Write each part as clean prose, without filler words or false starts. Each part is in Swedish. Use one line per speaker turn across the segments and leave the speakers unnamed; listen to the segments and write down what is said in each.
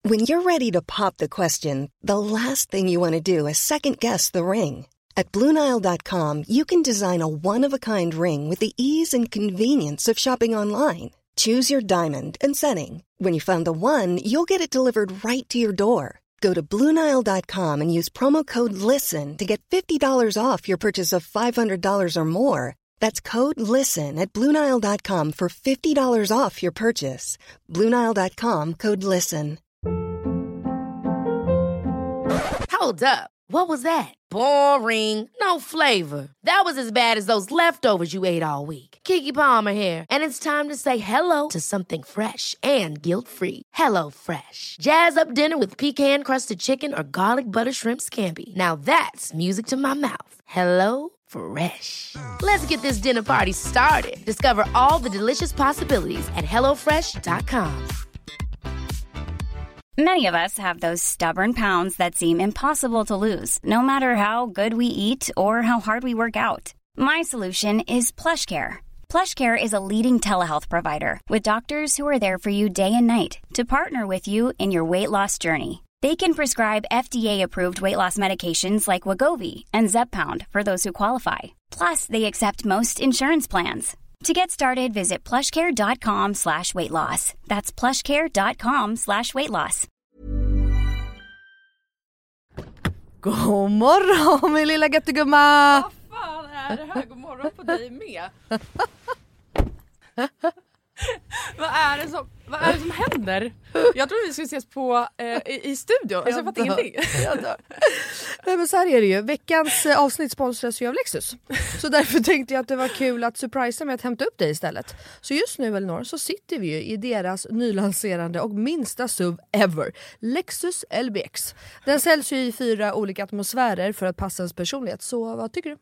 When you're ready to pop the question, the last thing you want to do is second-guess the ring. At BlueNile.com, you can design a one-of-a-kind ring with the ease and convenience of shopping online. Choose your diamond and setting. When you find the one, you'll get it delivered right to your door. Go to BlueNile.com and use promo code LISTEN to get $50 off your purchase of $500 or more. That's code LISTEN at BlueNile.com for $50 off your purchase. BlueNile.com, code LISTEN.
Hold up. What was that? Boring. No flavor. That was as bad as those leftovers you ate all week. Keke Palmer here, and it's time to say hello to something fresh and guilt-free. Hello Fresh. Jazz up dinner with pecan-crusted chicken or garlic butter shrimp scampi. Now that's music to my mouth. Hello Fresh. Let's get this dinner party started. Discover all the delicious possibilities at hellofresh.com.
Many of us have those stubborn pounds that seem impossible to lose, no matter how good we eat or how hard we work out. My solution is PlushCare. PlushCare is a leading telehealth provider with doctors who are there for you day and night to partner with you in your weight loss journey. They can prescribe FDA-approved weight loss medications like Wegovy and Zepbound for those who qualify. Plus, they accept most insurance plans. To get started, visit plushcare.com/weightloss. That's plushcare.com/weightloss.
God morgon, min lilla göttegumma!
Vad fan är det här? God morgon på dig med. Vad är det som händer? Jag tror vi ska ses på i studion. Alltså, jag fattar ingenting.
Nej, men så här är det ju. Veckans avsnitt sponsras ju av Lexus. Så därför tänkte jag att det var kul att surprisa med att hämta upp dig istället. Så just nu, Elinor, så sitter vi ju i deras nylanserande och minsta SUV ever. Lexus LBX. Den säljs ju i 4 olika atmosfärer för att passa ens personlighet. Så vad tycker du?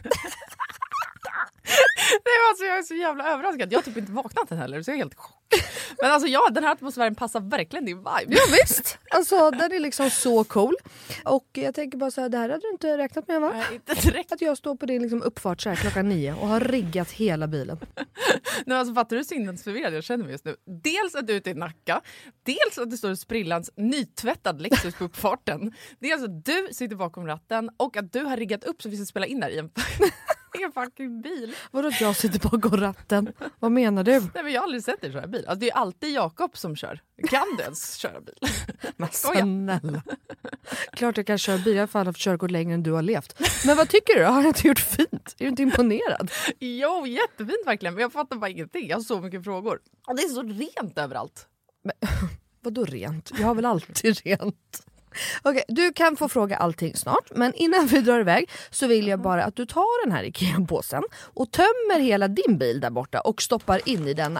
Nej, alltså, jag är så jävla överraskad. Jag har typ inte vaknat än heller, så jag är helt chock. Men alltså ja, den här atmosfären passar verkligen din vibe.
Ja visst, alltså den är liksom så cool. Och jag tänker bara så här, det här hade du inte räknat med, va?
Nej, inte direkt.
Att jag står på din liksom uppfart så här klockan 9 och har riggat hela bilen.
Nej, alltså fattar du sinnesförvirrad jag känner mig just nu? Dels att du är ute i Nacka, dels att det står sprillans nytvättad Lexus på uppfarten. Dels att du sitter bakom ratten och att du har riggat upp så vi ska spela in där i en fucking bil.
Vadå att jag sitter bakom ratten? Vad menar du?
Nej, men jag har aldrig sett dig köra bil. Alltså, det är alltid Jakob som kör. Kan du ens köra bil?
Men snälla. Klart jag kan köra bil. Jag har fan haft körkort längre än du har levt. Men vad tycker du? Har jag inte gjort fint? Är du inte imponerad?
Jo, jättefint verkligen. Men jag fattar bara ingenting. Jag har så mycket frågor. Och det är så rent överallt.
Men, vadå rent? Jag har väl alltid rent. Okej, du kan få fråga allting snart. Men innan vi drar iväg så vill jag bara att du tar den här IKEA-påsen och tömmer hela din bil där borta och stoppar in i denna.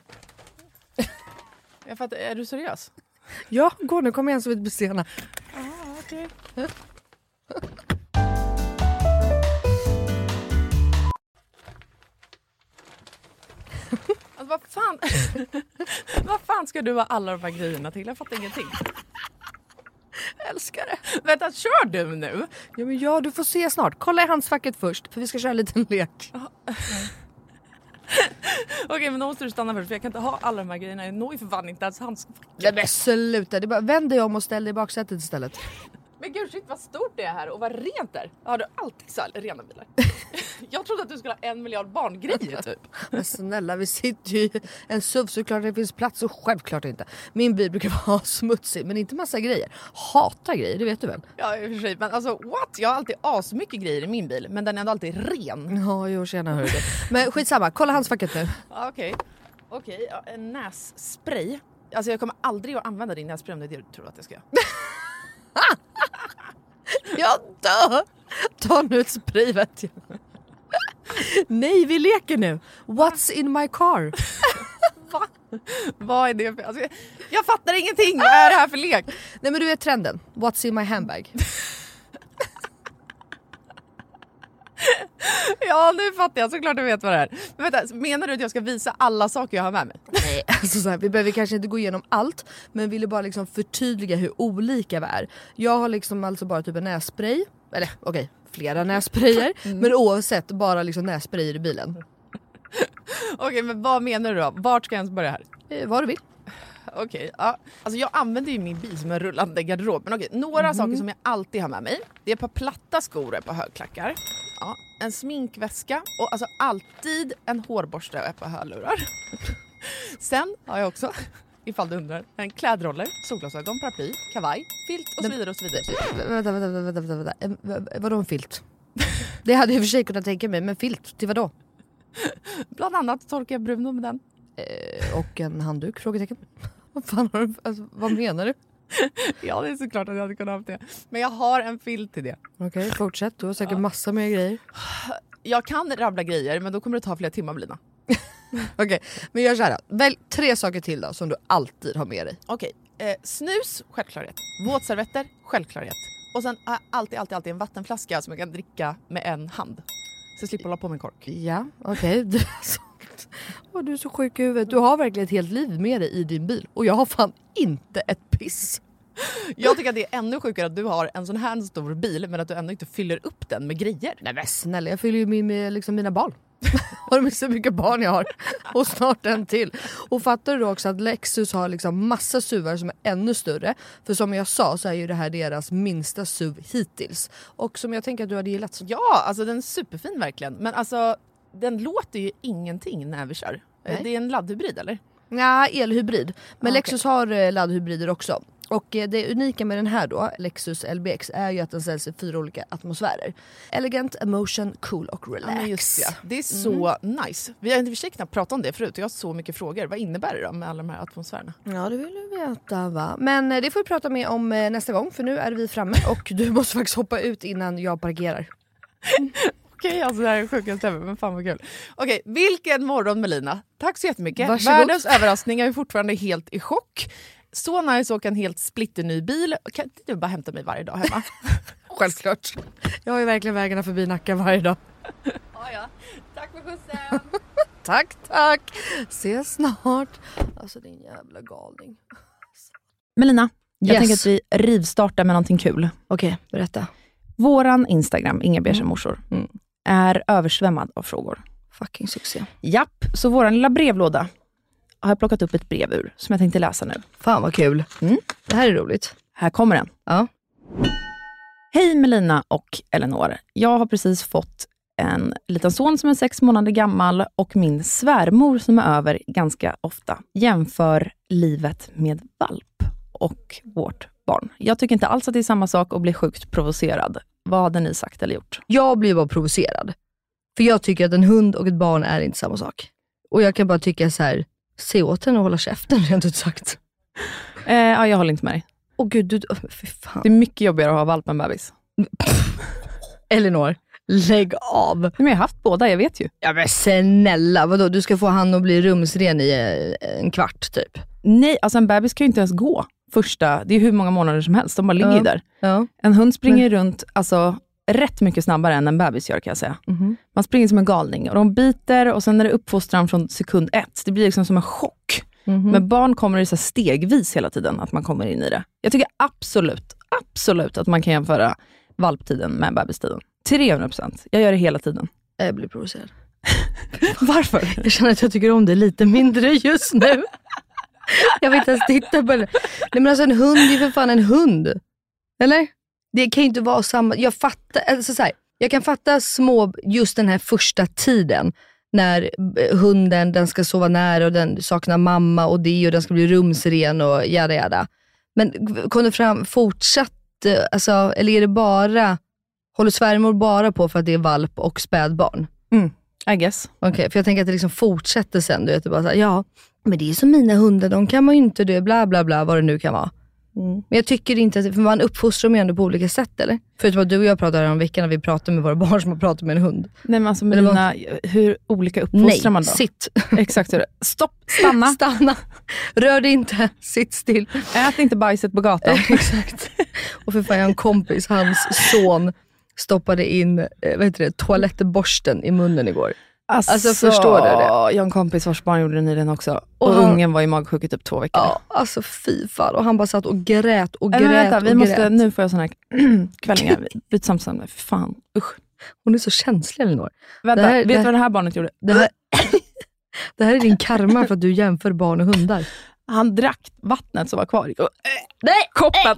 Jag fattar, är du seriös?
Ja, gå nu, kom igen så vi blir sena.
Okej. Alltså, vad fan ska du ha alla de här grejerna till? Jag fattar ingenting.
Jag älskar det.
Vänta, kör du nu?
Ja, men ja, du får se snart. Kolla i handskfacket först, för vi ska köra en liten lek.
Okej, men då måste du stanna först, för jag kan inte ha alla de här grejerna. Jag når ju för fan inte ens handskfacket.
Ja, men sluta, det är bara vänd dig om och ställ dig i baksätet istället.
Men gud, shit, vad stort det är här och vad rent det är. Har du alltid så rena bilar? Jag trodde att du skulle ha 1 miljard barngrejer typ.
Men snälla, vi sitter ju i en SUV, såklart det finns plats och självklart inte. Min bil brukar vara smutsig, men inte massa grejer. Hatar grejer, det vet du väl?
Ja, i och för sig, men alltså what? Jag har alltid asmycket grejer i min bil, men den är ändå alltid ren.
Ja, jo, tjena, hör du. Men skitsamma, kolla handskfacket nu.
Okej, ja, en nässpray. Alltså jag kommer aldrig att använda din nässpray om det är det du tror att jag ska göra.
Jag dör. Ta nu ett spray, vet jag. Nej, vi leker nu. What's in my car?
Va? Vad är det för... Alltså, jag fattar ingenting. Vad är det här för lek?
Nej, men du vet trenden. What's in my handbag?
Ja, nu fattar jag. Såklart du vet vad det är. Men vänta, menar du att jag ska visa alla saker jag har med mig?
Nej, alltså så här, vi behöver kanske inte gå igenom allt, men ville bara liksom förtydliga hur olika vi är. Jag har liksom alltså bara typ en nässpray. Eller okej, flera nässprayer. Men oavsett bara liksom nässprayer i bilen.
Okej, men vad menar du då? Vart ska jag ens börja här?
Vad du vill.
Okej, ja. Alltså jag använder ju min bil som en rullande garderob. Men okej, några saker som jag alltid har med mig. Det är ett par platta skor och ett par högklackar. Ja, en sminkväska och alltså alltid en hårborste och ett par hörlurar. Sen har jag också, ifall du undrar, en klädroller, solglasögon, paraply, kavaj, filt och så vidare och så vidare.
Vänta. Vadå en filt? Det hade jag i och för sig kunnat tänka mig, men filt, till vadå?
Bland annat torkar jag Bruno med den.
Och en handduk, frågetecken. Vad fan har du, alltså, vad menar du?
Ja, det är såklart att jag hade kunnat ha det. Men jag har en filt till det.
Okej, fortsätt. Du har säkert massa mer grejer.
Jag kan rabbla grejer, men då kommer det ta flera timmar, Melina.
Okej, men gör så här då. Välj 3 saker till då som du alltid har med dig.
Okej, snus, självklarhet. Våtservetter, självklarhet. Och sen alltid en vattenflaska som jag kan dricka med en hand. Så jag slipper hålla på med en kork.
Ja, okej. Du är så sjuk i huvudet. Du har verkligen ett helt liv med dig i din bil. Och jag har fan inte ett piss.
Jag tycker att det är ännu sjukare att du har en sån här stor bil men att du ändå inte fyller upp den med grejer.
Nej men snälla, jag fyller ju med liksom mina barn. Har du så mycket barn jag har? Och snart en till. Och fattar du också att Lexus har liksom massa SUVar som är ännu större. För som jag sa så är ju det här deras minsta SUV hittills. Och som jag tänker att du hade gillat.
Ja, alltså den är superfin verkligen. Men alltså den låter ju ingenting när vi kör. Nej. Det är en laddhybrid eller?
Ja, elhybrid. Men Lexus har laddhybrider också. Och det unika med den här då, Lexus LBX, är ju att den säljs i 4 olika atmosfärer. Elegant, emotion, cool och relax.
Ja, just det. Det är så nice. Vi har inte försökt knappt prata om det förut. Jag har så mycket frågor. Vad innebär det då med alla de här atmosfärerna?
Ja, det vill du veta va. Men det får vi prata med om nästa gång. För nu är vi framme och du måste faktiskt hoppa ut innan jag parkerar.
Okej, alltså det här är sjukaste ever, men fan vad kul. Okej, vilken morgon Melina. Tack så jättemycket.
Varsågod.
Världens överraskning, jag är fortfarande helt i chock. Så nice att åka en helt splitterny bil. Kan inte du bara hämta mig varje dag hemma?
Självklart. Jag har ju verkligen vägarna förbi Nacka varje dag.
Ja. Tack för skjutsen.
Tack. Ses snart. Alltså din jävla galning.
Melina, jag
Yes.
tänker att vi rivstartar med någonting kul.
Okej, berätta.
Våran Instagram, Inga Beige morsor, är översvämmad av frågor.
Fucking succé.
Japp, så våran lilla brevlåda har jag plockat upp ett brev ur som jag tänkte läsa nu.
Fan vad kul. Det här är roligt.
Här kommer den.
Ja.
Hej Melina och Eleanor. Jag har precis fått en liten son som är 6 månader gammal och min svärmor som är över ganska ofta jämför livet med valp och vårt barn. Jag tycker inte alls att det är samma sak och blir sjukt provocerad. Vad hade ni sagt eller gjort?
Jag blir bara provocerad. För jag tycker att en hund och ett barn är inte samma sak. Och jag kan bara tycka så här, se åt henne och hålla käften rent ut sagt.
Ja, jag håller inte med dig.
Åh gud, fy fan.
Det är mycket jobbigare att ha valp än bebis.
Eleanor, lägg av.
Men jag har haft båda, jag vet ju.
Ja men snälla, vadå? Du ska få han att bli rumsren i en kvart typ.
Nej, alltså en bebis kan ju inte ens gå första, det är hur många månader som helst, de bara ligger ju där.
Ja.
En hund springer runt alltså rätt mycket snabbare än en bebis gör kan jag säga. Man springer som en galning och de biter och sen är det uppfostran från sekund 1. Det blir liksom som en chock. Men barn kommer det så stegvis hela tiden att man kommer in i det. Jag tycker absolut att man kan jämföra valptiden med bebistiden. 300%. Jag gör det hela tiden.
Jag blir provocerad.
Varför?
Jag känner att jag tycker om det lite mindre just nu. Jag vill inte ens titta på det. Nej men alltså en hund är för fan en hund. Eller? Det kan ju inte vara samma. Jag fattar, alltså så här, jag kan fatta små, just den här första tiden. När hunden, den ska sova nära och den saknar mamma och det och den ska bli rumsren och jada. Men kommer fram fortsatt, alltså, eller är det bara, håller svärmor bara på för att det är valp och spädbarn?
I guess.
Okej, för jag tänker att det liksom fortsätter sen, du vet, bara så här, ja, men det är som mina hundar, de kan man ju inte det, bla bla bla, vad det nu kan vara. Men jag tycker inte att, för man uppfostrar dem ändå på olika sätt, eller? Förutom att du och jag pratar om veckan när vi pratar med våra barn som har pratat med en hund.
Nej men alltså Melina, hur olika uppfostrar man då?
Sitt.
Exakt hur. Stopp, stanna.
Rör dig inte, sitt still.
Ät inte bajset på gatan.
Exakt. Och för fan, jag har en kompis, hans son stoppade in toalettborsten i munnen igår. Alltså förstår du det?
Jag har en kompis vars barn gjorde det nyligen också. Och ungen var i magsjuk i typ 2 veckor.
Ja, alltså fy fan. Och han bara satt och grät och grät.
Vänta, vi
och
måste,
grät.
nu får jag såna här kvällningar. Byt samtal. Fan, usch.
Hon är så känslig, Elinor.
Vänta, vet du vad det här barnet gjorde?
Det här är din karma för att du jämför barn och hundar.
Han drack vattnet som var kvar i koppen.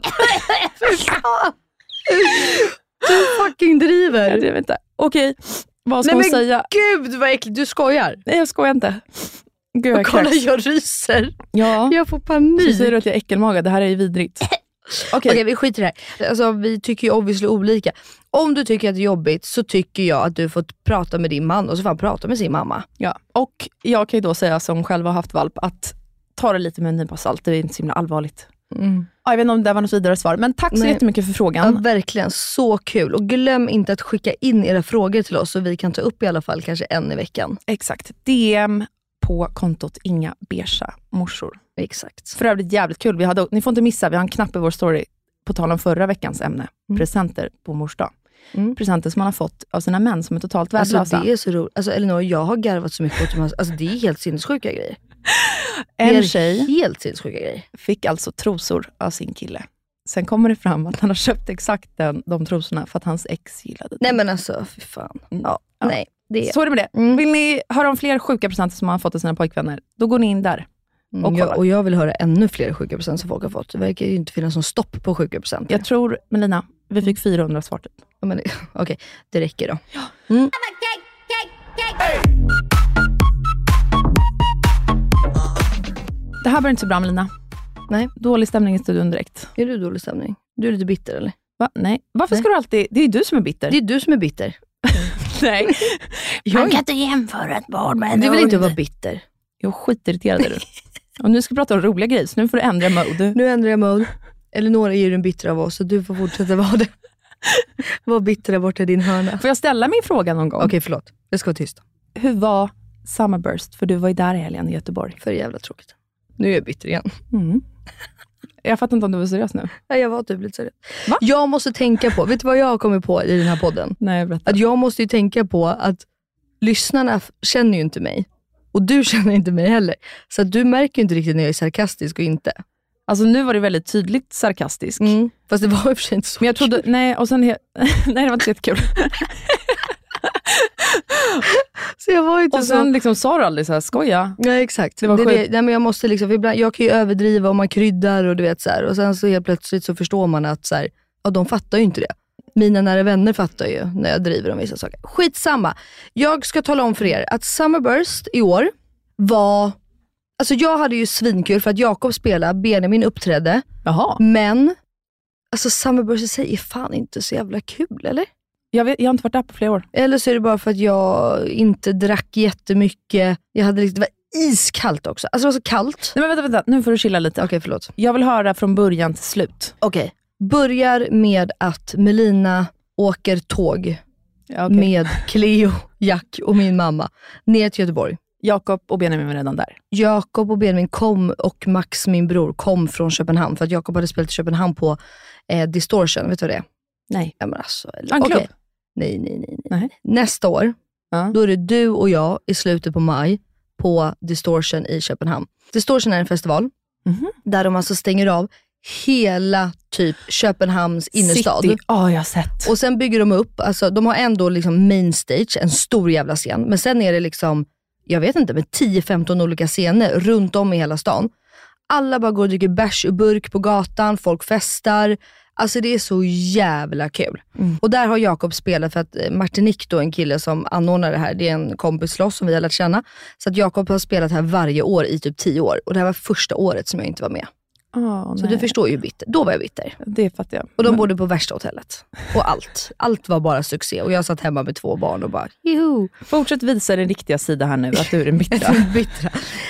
Du fucking driver.
Jag driver inte. Okej, vad ska man säga?
Gud vad äckligt, du skojar.
Nej, jag skojar inte. Gud, jag
kolla, jag ryser.
Ja.
Jag får panik.
Så säger du att jag är äckelmaga, det här är ju vidrigt.
Okej, vi skiter i det här. Alltså, vi tycker ju obviously olika. Om du tycker att det är jobbigt så tycker jag att du får prata med din man och så får han prata med sin mamma.
Ja, och jag kan ju då säga som själv har haft valp att ta det lite med en nypa salt, det är inte så himla allvarligt. Ja, jag vet inte om det var något vidare svar, men tack så jättemycket för frågan.
Ja, verkligen, så kul. Och glöm inte att skicka in era frågor till oss så vi kan ta upp i alla fall kanske en i veckan.
Exakt, DM på kontot Inga Beige morsor.
Exakt.
För övrigt jävligt kul, ni får inte missa, vi har en knapp i vår story på tal om förra veckans ämne, presenter på mors dag. Presenter som man har fått av sina män som är totalt värdelösa.
Alltså det är så roligt. Alltså Elinor, jag har garvat så mycket åt alltså det är helt sinnessjuka grejer.
En tjej
helt sinnessjuka grejer.
Fick alltså trosor av sin kille. Sen kommer det fram att han har köpt exakt de trosorna för att hans ex gillade dem.
Nej men alltså, fy fan. Ja. Nej, det är...
Så är det med det. Vill ni höra om fler sjuka presenter som man har fått av sina pojkvänner, då går ni in där.
Och jag vill höra ännu fler sjuka presenter som folk har fått. Det verkar ju inte finnas någon stopp på sjuka presenter.
Jag tror, Melina, vi fick 400 svar typ.
Ja, men okej, det räcker då. Ja.
Det här blir inte så bra, Melina.
Nej.
Dålig stämning i studion direkt.
Är du dålig stämning? Du är lite bitter eller?
Va? Nej. Varför ska du alltid... Det är du som är bitter.
Det är du som är bitter.
Nej. Man kan inte jämföra ett barn med en
Du vill inte vara bitter.
Jag är skitirriterad är du. Och nu ska vi prata om roliga grejer, så nu får du ändra mode.
Nu ändrar jag mode. Elinor är ju den bittra av oss, så du får fortsätta vara det. Var bitter där borta i din hörna.
Får jag ställa min fråga någon gång?
Okej, förlåt. Jag ska vara tyst.
Hur var Summerburst? För du var ju där i helgen i Göteborg.
För jävla tråkigt. Nu är jag bitter igen.
Jag fattar inte om du var seriös nu.
Nej, jag var typ lite seriös.
Va?
Jag måste tänka på, vet du vad jag har kommit på i den här podden?
Nej, berätta.
Att jag måste ju tänka på att lyssnarna känner ju inte mig. Och du känner inte mig heller. Så att du märker ju inte riktigt när jag är sarkastisk och inte.
Alltså nu var det väldigt tydligt sarkastisk.
Fast det var i och för sig inte så.
Men jag trodde, nej, och sen nej, det var inte jättekul.
Så jag var inte
och sen liksom sa du aldrig så här, skoja.
Nej, exakt.
Det var
det. Nej, men jag måste liksom, för ibland, jag kan ju överdriva och man kryddar och du vet så här. Och sen så helt plötsligt så förstår man att så här, ja, de fattar ju inte det. Mina nära vänner fattar ju när jag driver om vissa saker. Skitsamma. Jag ska tala om för er att Summerburst i år var... Alltså jag hade ju svinkul för att Jakob spelade, Benjamin uppträdde.
Jaha.
Men alltså Summerburst i sig är fan inte så jävla kul, eller?
Jag har inte varit där på flera år.
Eller så är det bara för att jag inte drack jättemycket. Jag hade liksom, det var iskallt också. Alltså det var så kallt.
Nej men vänta. Nu får du chilla lite.
Okej, förlåt.
Jag vill höra från början till slut.
Okej. Börjar med att Melina åker tåg med Cleo, Jack och min mamma ner till Göteborg.
Jakob och Benjamin var redan där. Jakob
och Benjamin kom och Max, min bror, kom från Köpenhamn. För att Jakob hade spelat i Köpenhamn på Distortion. Vet du vad det är?
Nej.
Ja, men alltså,
okay.
Nej. Nästa år, då är det du och jag i slutet på maj på Distortion i Köpenhamn. Distortion är en festival där de alltså stänger av hela typ Köpenhamns innerstad.
City. Jag har sett.
Och sen bygger de upp, alltså de har ändå liksom main stage, en stor jävla scen. Men sen är det liksom, jag vet inte, med 10-15 olika scener runt om i hela stan. Alla bara går och dricker bärs och burk på gatan, folk festar. Alltså det är så jävla kul. Och där har Jakob spelat för att Martinique då, en kille som anordnar det här, det är en kompis till oss som vi har lärt känna. Så att Jakob har spelat här varje år i typ 10 år. Och det här var första året som jag inte var med. Så du förstår ju bitter. Då var jag bitter.
Det fattar jag.
Och de bodde på värsta hotellet. Och allt var bara succé. Och jag satt hemma med 2 barn och bara, juhu.
Fortsätt visa den riktiga sidan här nu, att du är den bittra.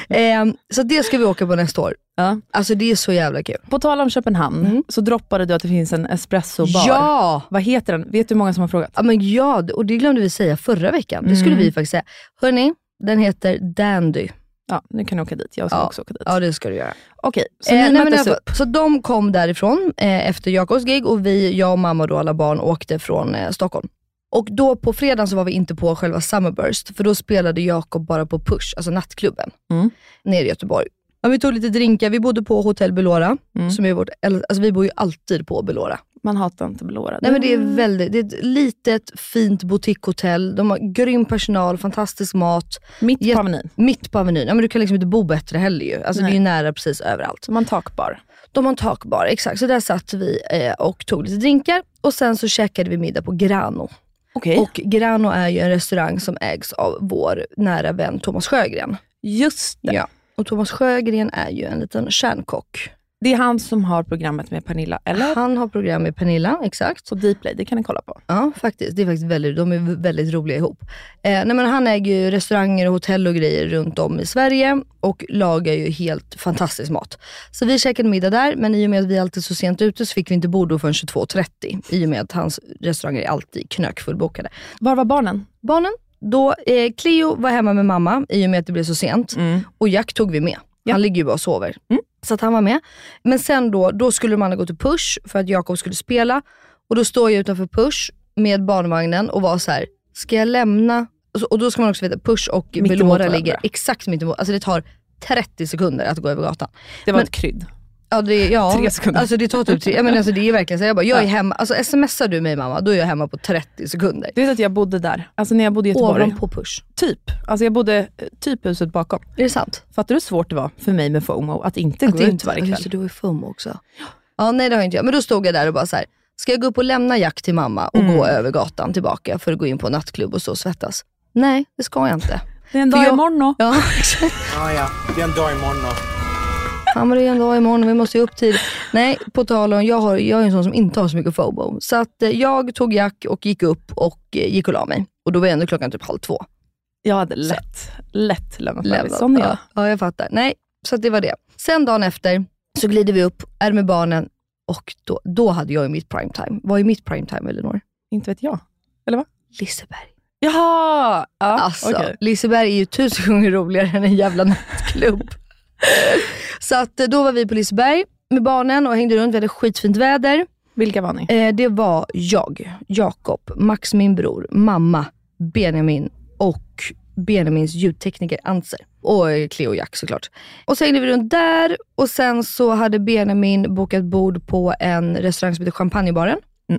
Så det ska vi åka på nästa år.
Ja.
Alltså det är så jävla kul.
På tal om Köpenhamn, så droppade du att det finns en espresso-bar. Ja! Vad heter den? Vet du hur många som har frågat?
Ja, men ja, och det glömde vi säga förra veckan. Det skulle vi faktiskt säga. Hörrni, den heter Dandy.
Ja, nu kan du åka dit. Jag ska också åka dit.
Ja, det ska du göra.
Okej, så ni möttes upp.
Så de kom därifrån efter Jakobs gig och jag och mamma och då alla barn åkte från Stockholm. Och då på fredagen så var vi inte på själva Summerburst, för då spelade Jakob bara på Push, alltså nattklubben, nere i Göteborg. Ja, vi tog lite drinkar, vi bodde på Hotel Belora, som är vårt, alltså vi bor ju alltid på Belora.
Man hatar inte Belora.
Nej, men det är ett litet fint boutiquehotell. De har grym personal, fantastisk mat.
Mitt på Avenyn.
Mitt på Avenyn. Ja, men du kan liksom inte bo bättre heller ju. Alltså det är ju nära precis överallt.
De har en takbar.
De har en takbar, exakt. Så där satt vi och tog lite drinkar. Och sen så käkade vi middag på Grano.
Okay.
Och Grano är ju en restaurang som ägs av vår nära vän Thomas Sjögren.
Just det.
Ja. Och Thomas Sjögren är ju en liten kärnkock.
Det är han som har programmet med Pernilla, eller?
Han har program med Pernilla, exakt.
Så Dplay, det kan ni kolla på.
Ja, faktiskt. Det är faktiskt de är väldigt roliga ihop. Men han äger ju restauranger och hotell och grejer runt om i Sverige och lagar ju helt fantastisk mat. Så vi käkade middag där, men i och med att vi alltid är så sent ute så fick vi inte bord då förrän 22:30. I och med att hans restauranger är alltid knökfullbokade.
Var var barnen?
Då Cleo var hemma med mamma i och med att det blev så sent. Och Jack tog vi med. Han ligger ju bara och sover. Så att han var med. Men sen då skulle man gå till Push för att Jakob skulle spela. Och då står jag utanför Push med barnvagnen och var så här: ska jag lämna? Och då ska man också veta, Push och Belora ligger exakt mitt emot. Alltså det tar 30 sekunder att gå över gatan.
Det var ett krydd.
Ja,
3 sekunder.
Alltså det tar typ 3. Men alltså det är verkligen så jag är hemma. Alltså smsar du mig mamma, då är jag hemma på 30 sekunder.
Du vet att jag bodde där. Alltså när jag bodde i Göteborg.
Ovanpå Push.
Typ. Alltså jag bodde typ huset bakom.
Är det sant?
Fattar du hur svårt det var för mig med FOMO att inte gå ut varje kväll?
Just det, du har ju FOMO också. Ja, nej det har jag inte jag. Men då stod jag där och bara så här: ska jag gå upp och lämna Jack till mamma och gå över gatan tillbaka för att gå in på en nattklubb och så svettas? Nej, det ska jag inte.
Det är en dag imorgon då.
Ja, exakt.
Ja, det är en dag imorgon då.
Ja, men det är en dag imorgon och vi måste ju upp tid. Nej, på tal om, jag är en sån som inte har så mycket FOMO. Så att jag tog Jack och gick upp och gick och la mig. Och då var ändå klockan typ 1:30.
Jag hade lätt lämnat. Sån är jag.
Ja, jag fattar. Nej, så att det var det. Sen dagen efter så glider vi upp, är med barnen och då hade jag ju mitt primetime. Vad är mitt primetime, Elinor?
Inte vet jag. Eller vad?
Liseberg.
Jaha! Ja,
alltså,
okay.
Liseberg är ju 1000 gånger roligare än en jävla nattklubb. Så att då var vi på Liseberg med barnen och hängde runt. Vi hade skitfint väder.
Vilka var ni?
Det var jag, Jakob, Max min bror, mamma, Benjamin och Benjamins ljudtekniker Anser. Och Cleo och Jack såklart. Och så hängde vi runt där och sen så hade Benjamin bokat bord på en restaurang som heter Champagnebaren.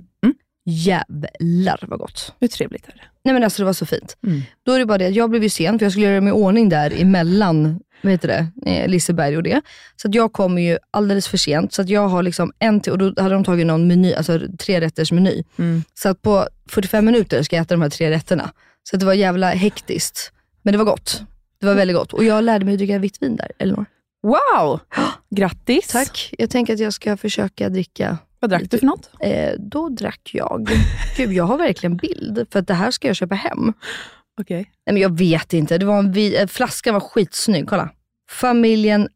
Jävlar vad gott.
Hur trevligt är det?
Nej men alltså det var så fint. Då är det bara det att jag blev ju sen för jag skulle göra mig i ordning där emellan Liseberg och det. Så att jag kom ju alldeles för sent. Så att jag har liksom och då hade de tagit någon meny, alltså 3-rätters meny. Så att på 45 minuter ska jag äta de här 3 rätterna. Så att det var jävla hektiskt. Men det var gott. Det var väldigt gott. Och jag lärde mig att dricka vitt vin där, Elinor.
Wow! Grattis!
Tack. Jag tänker att jag ska försöka dricka.
Vad drack du för något?
Då drack jag. Gud, jag har verkligen bild. För att det här ska jag köpa hem.
Okej.
Nej, men jag vet inte. Det var flaskan var skitsnygg. Kolla. Familjen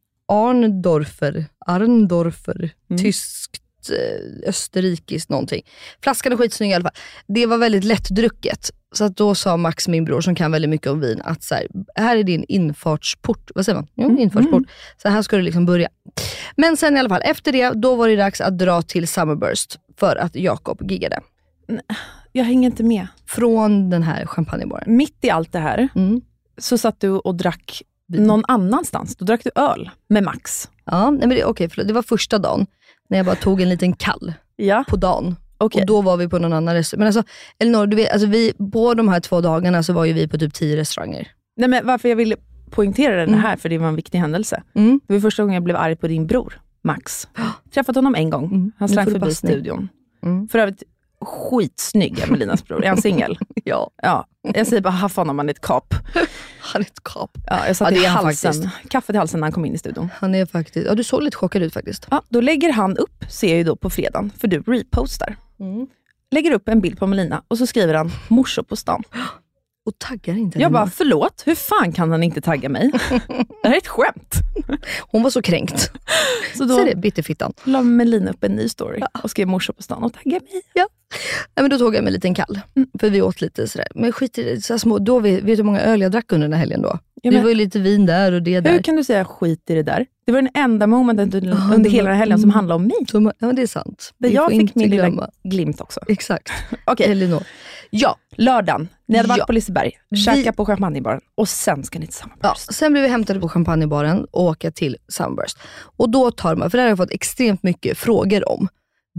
Arndorfer. Tyskt, österrikiskt någonting. Flaskan är skitsnygg i alla fall. Det var väldigt lättdrucket. Så att då sa Max, min bror, som kan väldigt mycket om vin, att så här är din infartsport. Vad säger man? Jo, infartsport. Så här ska du liksom börja. Men sen i alla fall, efter det, då var det dags att dra till Summerburst för att Jakob giggade.
Jag hänger inte med.
Från den här champagnebaren.
Mitt i allt det här så satt du och drack någon annanstans. Då drack du öl med Max.
Ja, nej, men det var första dagen när jag bara tog en liten kall på dagen.
Okay.
Och då var vi på någon annan restaurang. Men alltså, Elinor, du vet, alltså vi, på de här 2 dagarna så var ju vi på typ 10 restauranger.
Nej, men varför jag ville poängtera den här, för det var en viktig händelse. Det var första gången jag blev arg på din bror, Max. Träffat honom en gång. Han slank förbi studion. För övrigt skitsnygg, Emelinas bror. Är han singel?
Ja.
Jag säger bara, haffa honom, han är ett kap.
Han är ett kap.
Ja, jag satt i halsen, kaffet i halsen när han kom in i studion.
Han är faktiskt, ja, du såg lite chockad ut faktiskt.
Ja, då lägger han upp, ser jag ju då på fredagen, för du repostar. Lägger upp en bild på Melina och så skriver han morsor på stan.
Och taggar inte.
Jag bara, förlåt, hur fan kan han inte tagga mig? Det här är ett skämt.
Hon var så kränkt.
Så då
är det bitterfittan.
La Melina upp en ny story och skrev morsor på stan och taggade mig.
Ja. Nej, men då tog jag mig en liten kall. För vi åt lite sådär. Men skit i det, så små. Då vet du hur många öl jag drack under den här helgen då? Ja, det var ju lite vin där och det där.
Hur kan du säga skit i det där? Det var den enda momentet under hela den här helgen som handlade om mig.
Ja, det är sant.
Där jag fick min lilla glimt också.
Exakt.
Okej.
Elinor.
Ja, lördagen. Ni hade varit på Liseberg. Käka på champagnebaren. Och sen ska ni till Summerburst.
Ja, sen blev vi hämtade på champagnebaren och åka till Summerburst. Och då tar man, för det har jag fått extremt mycket frågor om.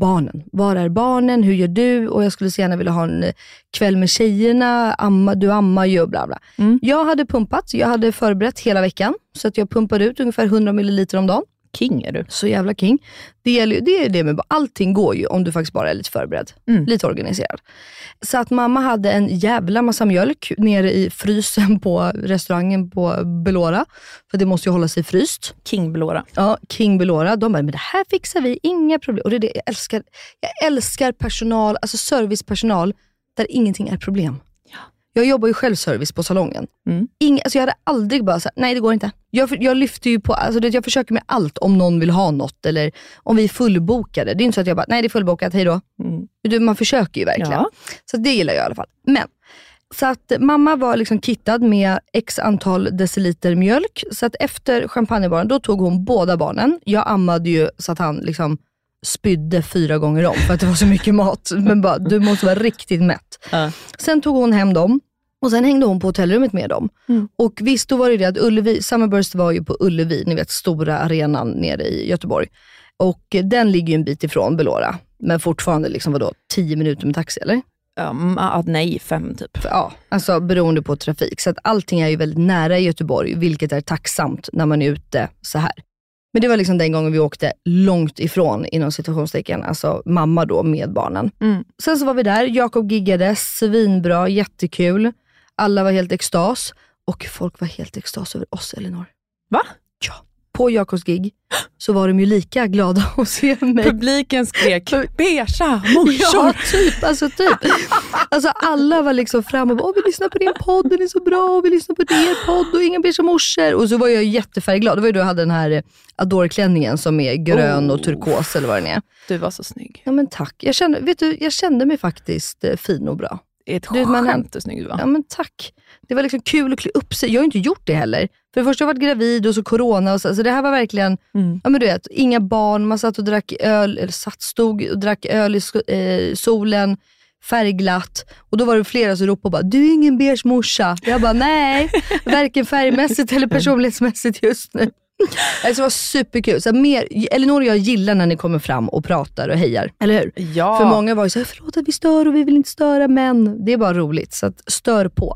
barnen. Var är barnen? Hur gör du? Och jag skulle så gärna vilja ha en kväll med tjejerna. Du ammar ju och bla bla. Jag hade pumpat. Jag hade förberett hela veckan. Så att jag pumpade ut ungefär 100 milliliter om dagen.
King är du.
Så jävla king. Det är det med allting går ju om du faktiskt bara är lite förberedd. Lite organiserad. Så att mamma hade en jävla massa mjölk nere i frysen på restaurangen på Belora. För det måste ju hålla sig fryst.
King Belora.
Ja, King Belora. De bara, men det här fixar vi, inga problem. Och det är det jag älskar. Jag älskar personal, alltså servicepersonal där ingenting är problem. Jag jobbar ju själv service på salongen. Alltså jag hade aldrig bara sagt, nej det går inte. Jag lyfter ju på, alltså jag försöker med allt om någon vill ha något. Eller om vi är fullbokade. Det är inte så att jag bara, nej det är fullbokat, hej då. Man försöker ju verkligen. Ja. Så det gillar jag i alla fall. Men, så att mamma var liksom kittad med x antal deciliter mjölk. Så att efter champagnebaren, då tog hon båda barnen. Jag ammade ju så att han liksom spydde 4 gånger om för att det var så mycket mat. Men bara, du måste vara riktigt mätt. Sen tog hon hem dem och sen hängde hon på hotellrummet med dem. Och visst, då var det att Ullevi, Summerburst var ju på Ullevi, ni vet stora arenan nere i Göteborg. Och den ligger ju en bit ifrån Belora. Men fortfarande liksom vadå, 10 minuter med taxi eller?
Nej, 5 typ.
Ja, alltså beroende på trafik. Så att allting är ju väldigt nära i Göteborg, vilket är tacksamt när man är ute så här. Men det var liksom den gången vi åkte långt ifrån, inom situationstecken, alltså mamma då med barnen. Sen så var vi där, Jakob giggade, svinbra, jättekul. Alla var helt extas. Och folk var helt extas över oss, Elinor.
Va?
Ja, på Jakobs gig så var de ju lika glada att se mig.
Publiken skrek, beiga, morsor.
Ja, typ. Alltså alla var liksom fram och bara, vi lyssnar på din podd, den är så bra. Och vi lyssnar på er podd och inga beiga morsor. Och så var jag jättefärgglad. Det var ju då jag hade den här Adore-klänningen som är grön och turkos eller vad den är.
Du var så snygg.
Ja men tack. Jag kände mig faktiskt fin och bra.
Ett skämt och snygg du var.
Ja men tack. Det var liksom kul att klä upp sig. Jag har ju inte gjort det heller. För först har jag varit gravid och så corona och så det här var verkligen, ja men du vet, inga barn, man satt och drack öl, eller stod och drack öl i solen, färgglatt. Och då var det flera som ropade och bara, du är ingen beige morsa. Jag bara, nej, varken färgmässigt eller personlighetsmässigt just nu. Alltså det var superkul. Så mer, Elinor och jag gillar när ni kommer fram och pratar och hejar, eller hur?
Ja.
För många var ju så här, förlåt att vi stör och vi vill inte störa, men det är bara roligt, så att stör på.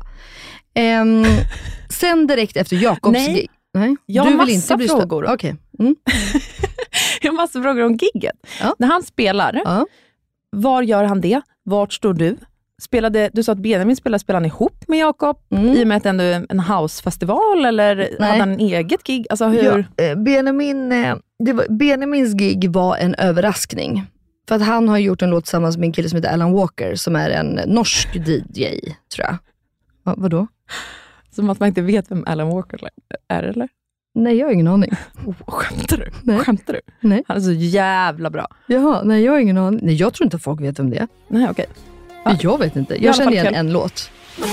Sen direkt efter Jakobs gig. Nej,
jag har massa frågor.
Okay.
Jag har massa frågor om gigget. Ja. När han spelar, var gör han det? Vart står du? Du sa att Benjamin spelade han ihop med Jakob i och med att det ändå är en housefestival, eller hade han en eget gig? Alltså hur?
Ja, Benjamins gig var en överraskning. För att han har gjort en låt tillsammans med en kille som heter Alan Walker, som är en norsk DJ, tror jag. Vadå?
Som att man inte vet vem Alan Walker är, eller?
Nej, jag har ingen aning.
Skämtar du?
Nej.
Skämtar du?
Nej.
Han är så jävla bra.
Jaha, nej jag har ingen aning. Nej, jag tror inte att folk vet om det är.
Nej, okej.
Ja. Jag vet inte. Jag känner igen en låt.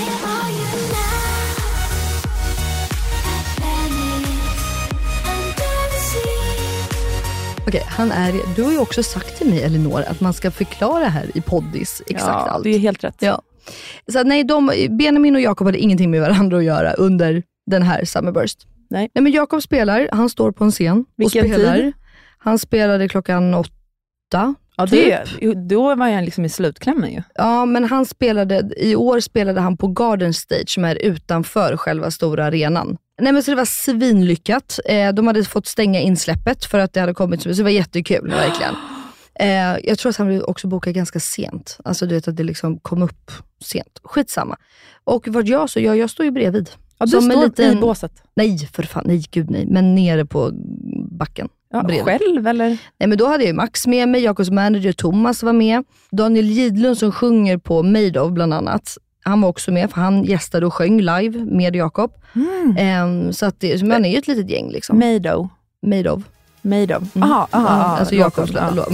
Okej, du har ju också sagt till mig, Elinor, att man ska förklara här i poddis exakt allt.
Ja, det är helt rätt.
Ja. Så nej, Benjamin och Jakob hade ingenting med varandra att göra under den här Summerburst. Nej, men Jakob spelar, han står på en scen.
Vilken
och spelar.
Tid?
Han spelade 8:00.
Ja, då var jag liksom i slutklämmen ju.
Ja, men i år spelade han på Garden Stage, som är utanför själva stora arenan. Nej, men så det var svinlyckat. De hade fått stänga insläppet för att det hade kommit så det var jättekul, verkligen. Jag tror att han också bokade ganska sent. Alltså du vet att det liksom kom upp sent. Skitsamma. Och vad jag så jag står ju bredvid.
Ja, du står i båset?
Nej, för fan. Nej, gud nej. Men nere på backen.
Ja, själv eller?
Nej, men då hade jag ju Max med mig. Jakobs manager Thomas var med. Daniel Gidlund som sjunger på Made of bland annat. Han var också med, för han gästade och sjöng live med Jakob. Så att man är ju ett litet gäng liksom.
Made of. Aha,
alltså Jakobs låt.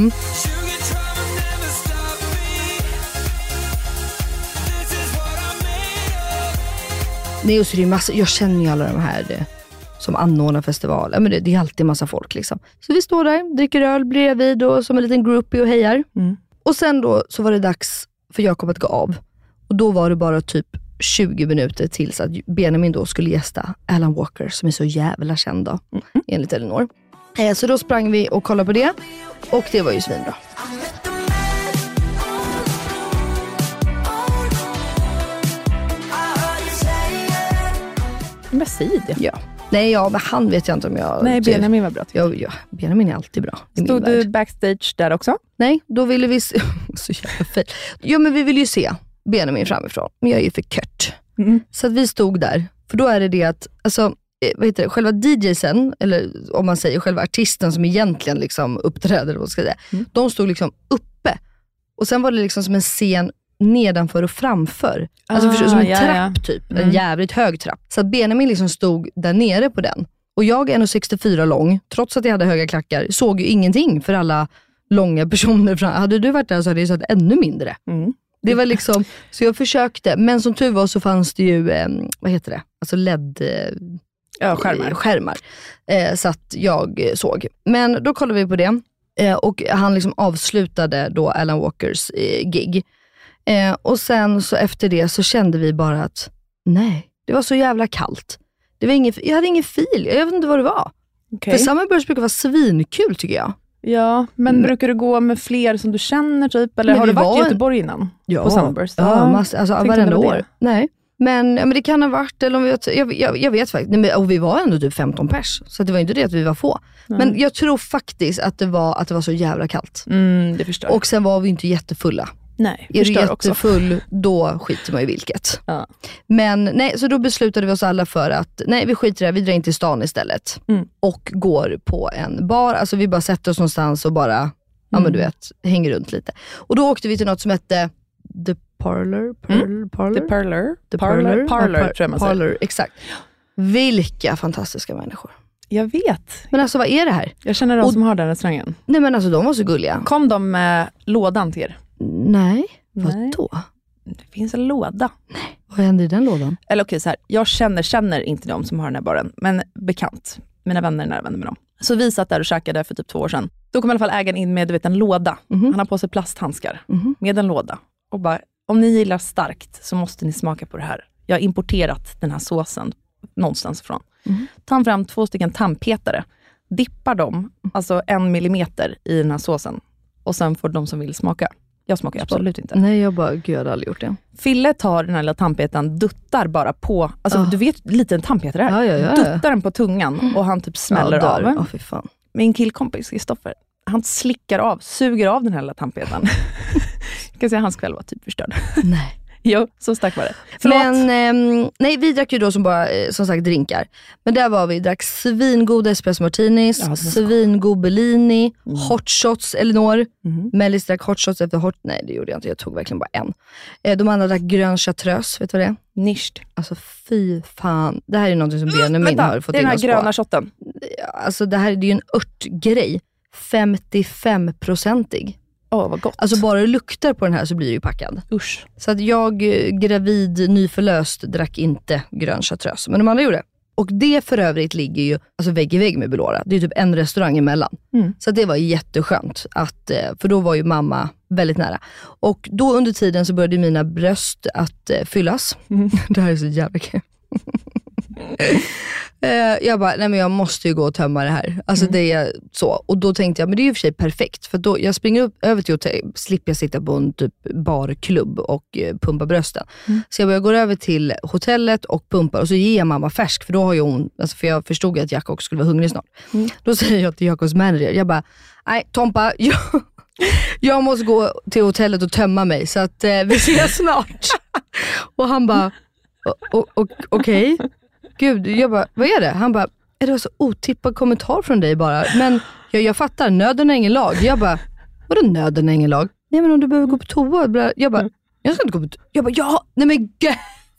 Nej, och så är det massa, jag känner ju alla de här som anordnar festival. Men det är alltid massa folk liksom. Så vi står där, dricker öl, bredvid och som en liten groupie och hejar. Och sen då så var det dags för Jakob att gå av. Och då var det bara typ 20 minuter till så att Benjamin då skulle gästa Alan Walker, som är så jävla känd då, enligt Elinor. Så då sprang vi och kollade på det. Och det var ju svinbra.
Men säg det.
Ja. Nej, men han vet jag inte om jag...
Nej, Benjamin var bra.
Ja, Benjamin är alltid bra.
Stod du backstage där också?
Nej, då ville vi... så jävla fel. Jo, men vi ville ju se Benjamin framifrån. Men jag är ju för kört. Så att vi stod där. För då är det att... Alltså, vad heter det? Själva DJsen, eller om man säger själva artisten som egentligen liksom uppträder, vad ska jag säga, de stod liksom uppe. Och sen var det liksom som en scen nedanför och framför. Alltså som en trapp typ. En jävligt hög trapp. Så att Benjamin liksom stod där nere på den. Och jag är 1,64 lång. Trots att jag hade höga klackar. Såg ju ingenting för alla långa personer. Hade du varit där så hade jag sett ännu mindre. Det var liksom, så jag försökte. Men som tur var så fanns det ju, vad heter det? Alltså LED... skärmar. Så att jag såg. Men då kollade vi på det. Och han liksom avslutade då Alan Walkers gig. Och sen så efter det så kände vi bara att nej, det var så jävla kallt. Det var jag hade ingen fil, jag vet inte vad det var. För Summerburst brukar vara svinkul tycker jag. Ja,
men brukar du gå med fler som du känner typ? Eller har du varit i Göteborg innan?
Ja,
på Summerburst?
Alltså varenda år. Nej. Men det kan ha varit, eller om jag vet faktiskt. Nej, och vi var ändå typ 15 pers. Så det var inte det att vi var få. Men jag tror faktiskt att det var så jävla kallt.
Det förstår.
Och sen var vi inte jättefulla.
Nej,
är du jättefull, då skiter man i vilket. Ja. Men nej, så då beslutade vi oss alla för att nej, vi skiter i det, vi drar in till stan istället. Och går på en bar. Alltså vi bara sätter oss någonstans och bara, ja men du vet, hänger runt lite. Och då åkte vi till något som hette The Parlor, tror jag man säger. Exakt. Vilka fantastiska människor.
Jag vet.
Men alltså vad är det här?
Jag känner de som har den restaurangen.
Nej men alltså de var så gulliga.
Kom de med lådan till er?
Nej. Vadå?
Det finns en låda.
Nej. Vad händer i den lådan?
Eller okej, så här. Jag känner inte de som har den här baren. Men bekant. Mina vänner är nära vänner med dem. Så vi satt där och käkade för typ 2 år sedan. Då kom i alla fall ägaren in med du vet, en låda. Han har på sig plasthandskar med en låda. Och bara, om ni gillar starkt så måste ni smaka på det här. Jag har importerat den här såsen någonstans ifrån. Ta fram 2 stycken tandpetare. Dippar dem, alltså 1 millimeter i den här såsen. Och sen får de som vill smaka. Jag smakar absolut inte.
Nej, jag hade aldrig gjort det.
Fille tar den här lilla tandpetaren, duttar bara på, alltså du vet liten tandpetare här.
Ja.
Duttar den på tungan och han typ smäller av den.
Fy fan.
Min killkompis Kristoffer, han suger av den här lilla tandpetaren. Jag kan säga att hans kväll var typ förstörd.
Nej.
Jo, så stark var det.
Men nej, vi drack ju då som sagt drinkar. Men där var vi, drack svingoda espresso martinis, svingod Bellini, hot shots, Elinor. Mellis drack hot shots efter nej det gjorde jag inte, jag tog verkligen bara en. De andra drack grön chartreuse, vet du vad det är?
Nischt.
Alltså fy fan, det här är något som Benjamin har fått in oss på.
Den här gröna shotten.
Alltså det här är ju en örtgrej, 55-procentig.
Vad gott.
Alltså bara det luktar på den här så blir det ju packad.
Usch.
Så att jag, gravid, nyförlöst, drack inte grön chartreuse. Men de andra gjorde det. Och det för övrigt ligger ju alltså vägg i vägg med Belora. Det är typ en restaurang emellan. Så att det var jätteskönt. För då var ju mamma väldigt nära. Och då under tiden så började mina bröst att fyllas. Det här är så jävla kul. Jag bara, nej men jag måste ju gå och tömma det här. Alltså det är så. Och då tänkte jag, men det är ju för sig perfekt. För då, jag springer över till hotell, slipper jag sitta på en typ barklubb och pumpa brösten. Så jag går över till hotellet och pumpar. Och så ger jag mamma färsk. För då har ju hon, alltså för jag förstod att Jack också skulle vara hungrig snart. Då säger jag till Jakobs manager, jag bara, nej Tompa, jag måste gå till hotellet och tömma mig. Så att vi ses snart. Och han bara, okej. Gud, jag bara, vad är det? Han bara, det var så otippad kommentar från dig bara. Men jag fattar, nöden är ingen lag. Jag bara, vadå nöden är ingen lag? Nej men om du behöver gå på toa. Jag bara, jag ska inte gå på toa. Jag bara, ja, nej men gud.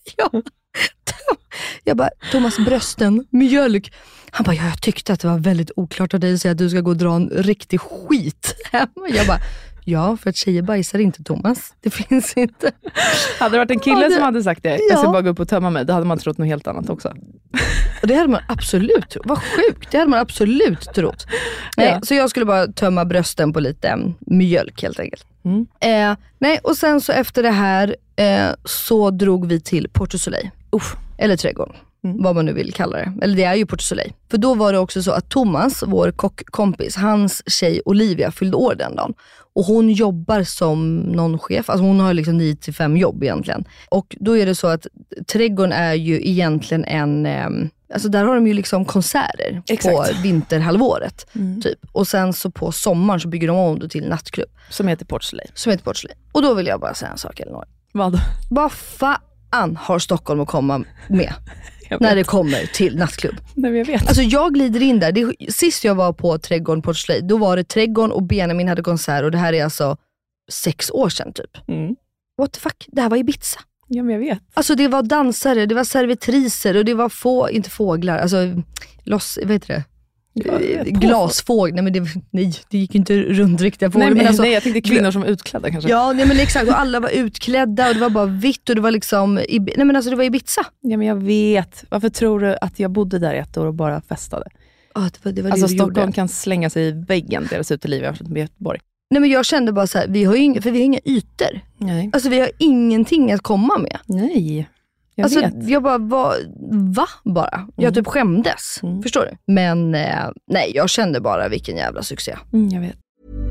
Jag bara, Thomas, brösten, mjölk. Han bara, jag tyckte att det var väldigt oklart av dig att säga att du ska gå och dra en riktig skit hemma. Jag bara, ja, för att tjejer bajsar inte, Thomas. Det finns inte.
Hade det varit en kille som hade sagt det, jag ska bara gå upp och tömma mig, då hade man trott något helt annat också.
Och det hade man absolut trott. Vad sjukt, det hade man absolut trott. Nej, så jag skulle bara tömma brösten på lite mjölk helt enkelt. Nej, och sen så efter det här så drog vi till Porto Soleil. Eller Trädgården. vad man nu vill kalla det. Eller det är ju Port du Soleil. För då var det också så att Thomas, vår kockkompis, hans tjej Olivia fyllde år den dagen. Och hon jobbar som någon chef. Alltså hon har liksom 9-5 jobb egentligen. Och då är det så att trädgården är ju egentligen alltså där har de ju liksom konserter på vinterhalvåret. Typ. Och sen så på sommaren så bygger de om det till nattklubb.
Som heter Port du Soleil. Och då vill jag bara säga en sak, Elinor. Vad?
Vad fan har Stockholm att komma med när det kommer till nattklubb?
Nej, jag vet.
Alltså jag glider in där. Sist jag var på trädgården Port du Soleil, då var det trädgården och Benjamin hade konsert. Och det här är alltså 6 år sedan typ. What the fuck? Det här var Ibiza.
Ja, men jag vet.
Alltså det var dansare, det var servitriser och det var inte fåglar. Alltså vad heter det? Glasfågel. Nej, det gick inte runt riktiga fåglar.
Nej, jag tänkte kvinnor som var utklädda kanske.
Ja, nej, men exakt. Och alla var utklädda och det var bara vitt och det var liksom... Nej men alltså det var Ibiza.
Ja, men jag vet. Varför tror du att jag bodde där i 1 år och bara festade?
Det var
alltså
det
Stockholm
gjorde.
Kan slänga sig i väggen deras uteliv jämfört med Göteborg.
Nej men jag kände bara så här, vi har inga ytor.
Nej.
Alltså vi har ingenting att komma med.
Nej.
Jag
vet.
Jag bara, bara? Jag typ skämdes. Förstår du? Men nej, jag kände bara vilken jävla succé.
Jag vet.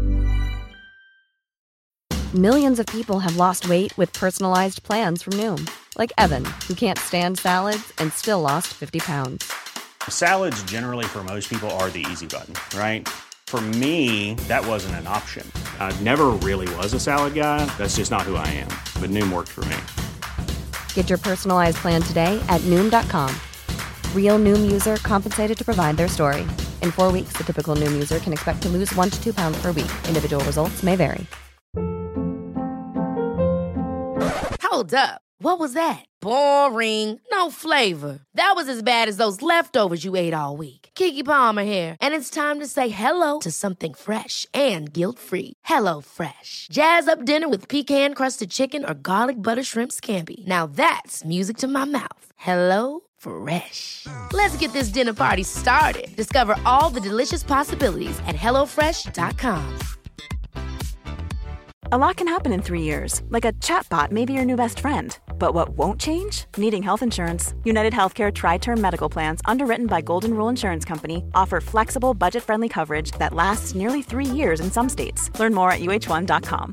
Millions of people have lost weight with personalized plans from Noom. Like Evan, who can't stand salads and still lost 50 pounds.
Salads generally for most people are the easy button, right? For me, that wasn't an option. I never really was a salad guy. That's just not who I am. But Noom worked for me.
Get your personalized plan today at Noom.com. Real Noom user compensated to provide their story. In 4 weeks, the typical Noom user can expect to lose 1 to 2 pounds per week. Individual results may vary.
Hold up. What was that? Boring. No flavor. That was as bad as those leftovers you ate all week. Keke Palmer here, and it's time to say hello to something fresh and guilt-free. Hello Fresh. Jazz up dinner with pecan-crusted chicken or garlic butter shrimp scampi. Now that's music to my mouth. Hello Fresh. Let's get this dinner party started. Discover all the delicious possibilities at hellofresh.com.
A lot can happen in 3 years, like a chatbot may be your new best friend. But what won't change? Needing health insurance. United Healthcare Tri-Term Medical Plans, underwritten by Golden Rule Insurance Company, offer flexible, budget-friendly coverage that lasts nearly 3 years in some states. Learn more at uh1.com.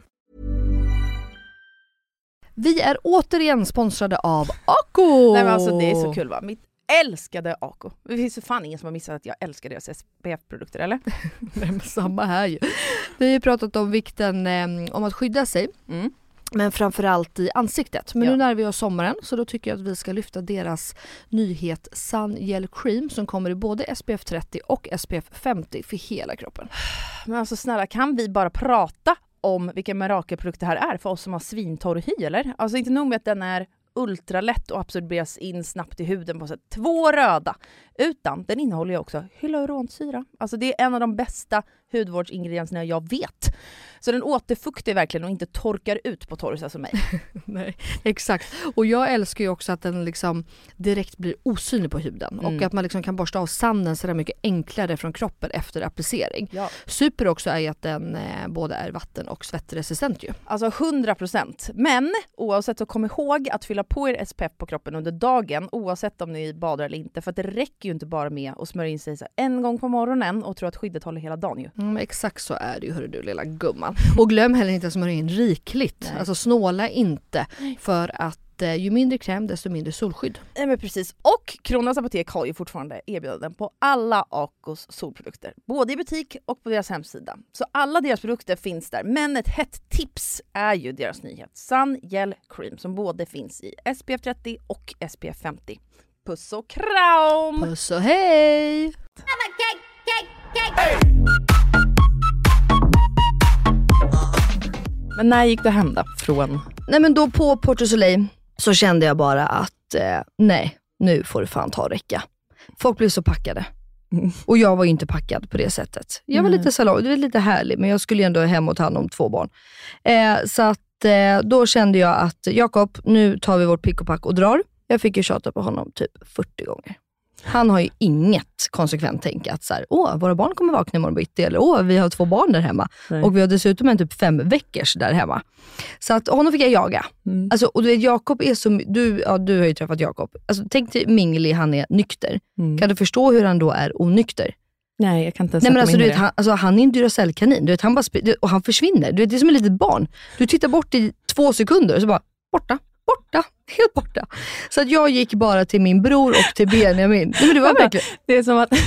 Vi är återigen sponsrade av Ako!
Nej men alltså det är så kul va? Mitt älskade Ako. Det finns så fan ingen som har missat att jag älskar deras SPF-produkter, eller?
Nej, men samma här ju. Vi har ju pratat om vikten om att skydda sig. Men framförallt i ansiktet. Men nu när vi har sommaren så då tycker jag att vi ska lyfta deras nyhet Sun Gel Cream som kommer i både SPF 30 och SPF 50 för hela kroppen.
Men alltså snälla, kan vi bara prata om vilken mirakelprodukt det här är för oss som har svintorr hy, eller? Alltså inte nog med att den är ultralätt och absorberas in snabbt i huden på så 2 röda. Utan den innehåller ju också hyaluronsyra. Alltså det är en av de bästa hudvårdsingredienserna jag vet. Så den återfuktar verkligen och inte torkar ut på torrsa som mig.
Nej, exakt. Och jag älskar ju också att den liksom direkt blir osynlig på huden. Och att man liksom kan borsta av sanden så där mycket enklare från kroppen efter applicering.
Ja.
Super också är ju att den både är vatten- och svettresistent ju.
Alltså 100%. Men oavsett så kom ihåg att fylla på er SPF på kroppen under dagen. Oavsett om ni badar eller inte. För att det räcker ju inte bara med att smörja in sig så en gång på morgonen och tro att skyddet håller hela dagen ju.
Men exakt så är det ju, hörru du lilla gumman. Och glöm heller inte att smörja in rikligt. Nej. Alltså snåla inte. För att ju mindre kräm desto mindre solskydd.
Nej men precis. Och Kronans Apotek har ju fortfarande erbjudanden på alla Akos solprodukter. Både i butik och på deras hemsida. Så alla deras produkter finns där. Men ett hett tips är ju deras nyhet Sun Gel Cream som både finns i SPF 30 och SPF 50. Puss och kram!
Puss och hej!
Men när gick du hem då? Från?
Nej men då på Port du Soleil så kände jag bara att nej, nu får det fan ta och räcka. Folk blev så packade. Och jag var ju inte packad på det sättet. Jag var lite salong, det var lite härlig, men jag skulle ju ändå hem och ta hand om 2 barn. Så att då kände jag att Jakob, nu tar vi vårt pick och pack och drar. Jag fick ju tjata på honom typ 40 gånger. Han har ju inget konsekvent tänk att så här, våra barn kommer vakna imorgon bitti, eller vi har 2 barn där hemma. Nej. Och vi har dessutom en typ 5 veckors där hemma. Så att honom fick jag jaga. Alltså, och du vet, Jakob är som, du har ju träffat Jakob. Alltså, tänk dig Mingli, han är nykter. Kan du förstå hur han då är onykter?
Nej, jag kan inte
sätta mig in i det. Han är en Duracell-kanin. Du vet, han bara och han försvinner. Du vet, det är som ett litet barn. Du tittar bort i 2 sekunder och så bara, borta, helt borta. Så att jag gick bara till min bror och till Benjamin. Nej, men det var verkligen...
Det är som att...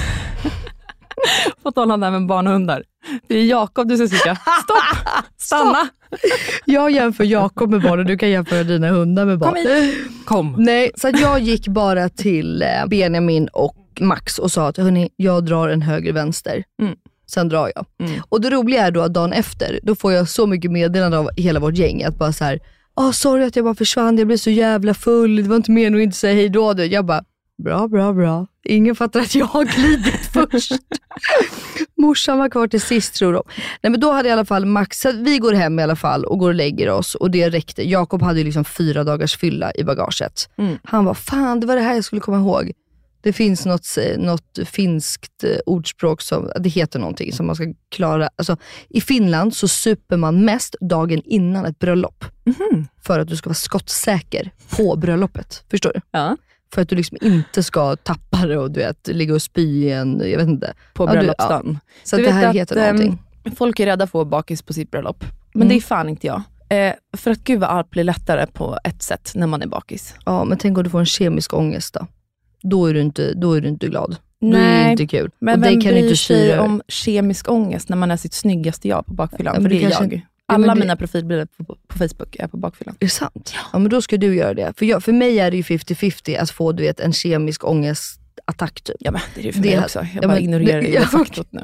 Få tala där med barn och hundar. Det är Jakob du ska skrika. Stopp! Stanna!
Jag jämför Jakob med barn och du kan jämföra dina hundar med barn.
Kom.
Nej, så att jag gick bara till Benjamin och Max och sa att hörni, jag drar en höger-vänster. Sen drar jag. Och det roliga är då att dagen efter, då får jag så mycket meddelande av hela vårt gäng att bara så här, sorry att jag bara försvann, jag blev så jävla full, det var inte meningen att inte säga hej då. Jag bara, bra. Ingen fattar att jag har glidit först. Morsan var kvar till sist, tror de. Nej, men då hade i alla fall Max, vi går hem i alla fall och går och lägger oss, och det räckte. Jakob hade ju liksom 4 dagars fylla i bagaget. Han var, fan det var det här jag skulle komma ihåg. Det finns något finskt ordspråk som, det heter någonting som man ska klara. Alltså, i Finland så super man mest dagen innan ett bröllop. För att du ska vara skottsäker på bröllopet. Förstår du?
Ja.
För att du liksom inte ska tappa det och du vet, ligga och spy i en, jag vet inte.
På bröllopsdagen.
Så det här heter någonting.
Folk är rädda för att bakis på sitt bröllop. Men det är fan inte jag. För att gud vad allt blir lättare på ett sätt när man är bakis.
Ja, men tänk om du får en kemisk ångest då. Då är du inte glad.
Nej,
då är det inte kul.
Men
och
vem bryr sig om kemisk ångest när man är sitt snyggaste jag på bakfyllan? Ja, för det är jag. Alla mina profilbilder på Facebook är på bakfyllan.
Är det sant? Ja, men då ska du göra det. För mig är det ju 50-50 att få, du vet, en kemisk ångestattack typ.
Ja, men det är ju för mig också. Jag bara ignorerar det faktot nu.